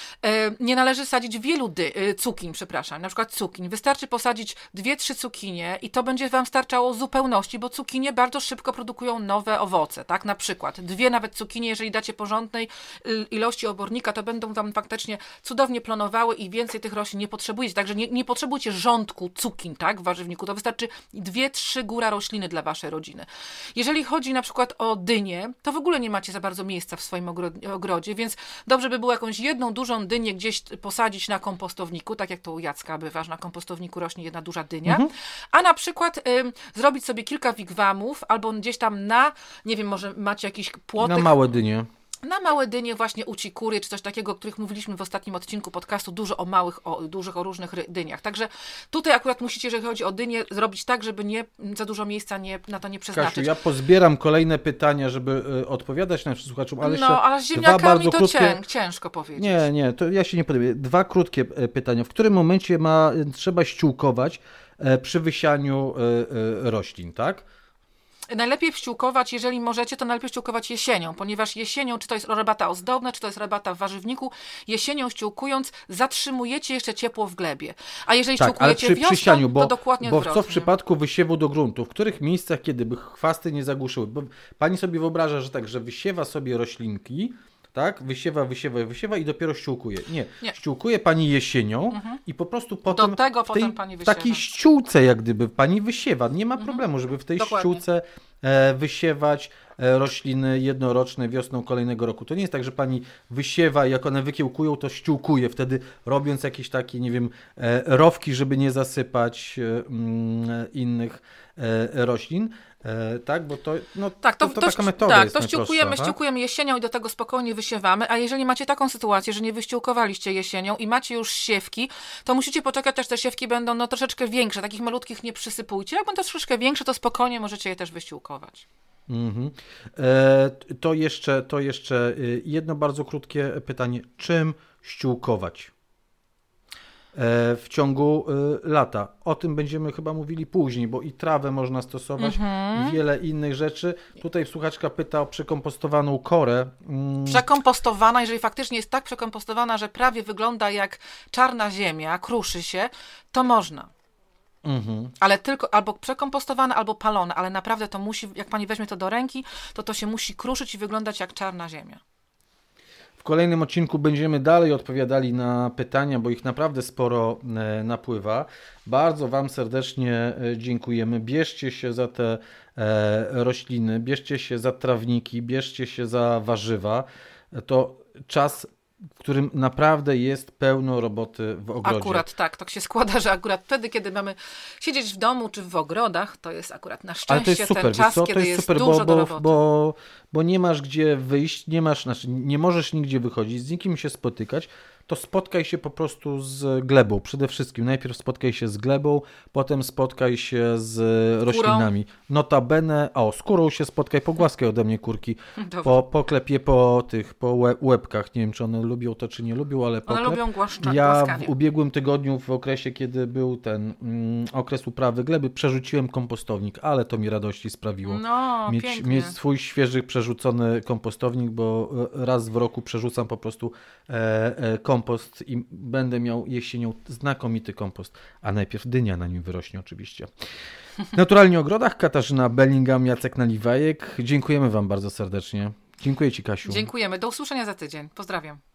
[SPEAKER 1] nie należy sadzić wielu cukin, na przykład cukin. Wystarczy posadzić 2-3 cukinie i to będzie wam starczało zupełności, bo cukinie bardzo szybko produkują nowe owoce, tak? Na przykład 2 nawet cukinie, jeżeli dacie porządnej ilości obornika, to będą wam faktycznie cudownie plonowały i więcej tych roślin nie potrzebujecie. Także nie potrzebujecie rządku cukin, tak? W warzywniku. To wystarczy 2-3 góra rośliny dla waszej rodziny. Jeżeli chodzi na przykład o dynię, to w ogóle nie macie za bardzo miejsca w swoim ogrodzie, więc dobrze by było jakąś jedną dużą dynię gdzieś posadzić na kompostowniku, tak jak to u Jacka bywa, że na kompostowniku rośnie jedna duża dynia, a na przykład zrobić sobie kilka wigwamów albo gdzieś tam nie wiem, może macie jakiś płotek.
[SPEAKER 2] Na małe dynie.
[SPEAKER 1] Na małe dynie właśnie ucikury, czy coś takiego, o których mówiliśmy w ostatnim odcinku podcastu, dużo o różnych dyniach. Także tutaj akurat musicie, jeżeli chodzi o dynię, zrobić tak, żeby nie za dużo miejsca na to nie przeznaczyć.
[SPEAKER 2] Kasiu, ja pozbieram kolejne pytania, żeby odpowiadać naszym słuchaczom, ale jeszcze
[SPEAKER 1] ale z ziemniakami to ciężko powiedzieć.
[SPEAKER 2] Nie, to ja się nie podejmuję. 2 krótkie pytania. W którym momencie trzeba ściółkować przy wysianiu roślin, tak?
[SPEAKER 1] Najlepiej ściółkować, jeżeli możecie, to najlepiej ściółkować jesienią, ponieważ jesienią, czy to jest rabata ozdobna, czy to jest rabata w warzywniku, jesienią ściółkując zatrzymujecie jeszcze ciepło w glebie. A jeżeli ściółkujecie wiosną, to dokładnie odwrotnie.
[SPEAKER 2] Bo co w przypadku wysiewu do gruntu? W których miejscach, kiedy by chwasty nie zagłuszyły? Bo pani sobie wyobraża, że wysiewa sobie roślinki, tak? Wysiewa i dopiero ściółkuje. Nie. Ściółkuje pani jesienią i po prostu potem w takiej ściółce jak gdyby pani wysiewa. Nie ma problemu, żeby w tej ściółce wysiewać rośliny jednoroczne wiosną kolejnego roku. To nie jest tak, że pani wysiewa i jak one wykiełkują, to ściółkuje, wtedy robiąc jakieś takie, nie wiem, rowki, żeby nie zasypać innych roślin. Tak, bo to taka metoda jest najprostsza.
[SPEAKER 1] Ściółkujemy jesienią i do tego spokojnie wysiewamy, a jeżeli macie taką sytuację, że nie wyściółkowaliście jesienią i macie już siewki, to musicie poczekać, aż te siewki będą troszeczkę większe, takich malutkich nie przysypujcie. Jak będą troszeczkę większe, to spokojnie możecie je też wyściółkować.
[SPEAKER 2] To jeszcze jedno bardzo krótkie pytanie. Czym ściółkować w ciągu lata? O tym będziemy chyba mówili później, bo i trawę można stosować, i wiele innych rzeczy. Tutaj słuchaczka pyta o przekompostowaną korę.
[SPEAKER 1] Przekompostowana, jeżeli faktycznie jest tak przekompostowana, że prawie wygląda jak czarna ziemia, kruszy się, to można. Ale tylko albo przekompostowane, albo palone, ale naprawdę to musi, jak pani weźmie to do ręki, to się musi kruszyć i wyglądać jak czarna ziemia.
[SPEAKER 2] W kolejnym odcinku będziemy dalej odpowiadali na pytania, bo ich naprawdę sporo napływa. Bardzo Wam serdecznie dziękujemy. Bierzcie się za te rośliny, bierzcie się za trawniki, bierzcie się za warzywa. To czas, w którym naprawdę jest pełno roboty w ogrodzie.
[SPEAKER 1] Akurat tak się składa, że akurat wtedy, kiedy mamy siedzieć w domu czy w ogrodach, to jest akurat na szczęście
[SPEAKER 2] ale to jest super,
[SPEAKER 1] ten czas, kiedy jest dużo do roboty.
[SPEAKER 2] Bo nie masz gdzie wyjść, nie możesz nigdzie wychodzić, z nikim się spotykać, to spotkaj się po prostu z glebą. Przede wszystkim najpierw spotkaj się z glebą, potem spotkaj się z roślinami. Notabene, z kurą się spotkaj, pogłaskaj ode mnie kurki, poklepię po łebkach. Nie wiem, czy one lubią to, czy nie lubią, ale poklep.
[SPEAKER 1] One lubią głaskanie.
[SPEAKER 2] Ja w ubiegłym tygodniu, w okresie, kiedy był ten okres uprawy gleby, przerzuciłem kompostownik, ale to mi radości sprawiło. Mieć swój świeży, przerzucony kompostownik, bo raz w roku przerzucam po prostu kompost i będę miał jesienią znakomity kompost, a najpierw dynia na nim wyrośnie oczywiście. Naturalnie Ogrodach, Katarzyna Bellingham, Jacek Naliwajek. Dziękujemy Wam bardzo serdecznie. Dziękuję Ci, Kasiu.
[SPEAKER 1] Dziękujemy. Do usłyszenia za tydzień. Pozdrawiam.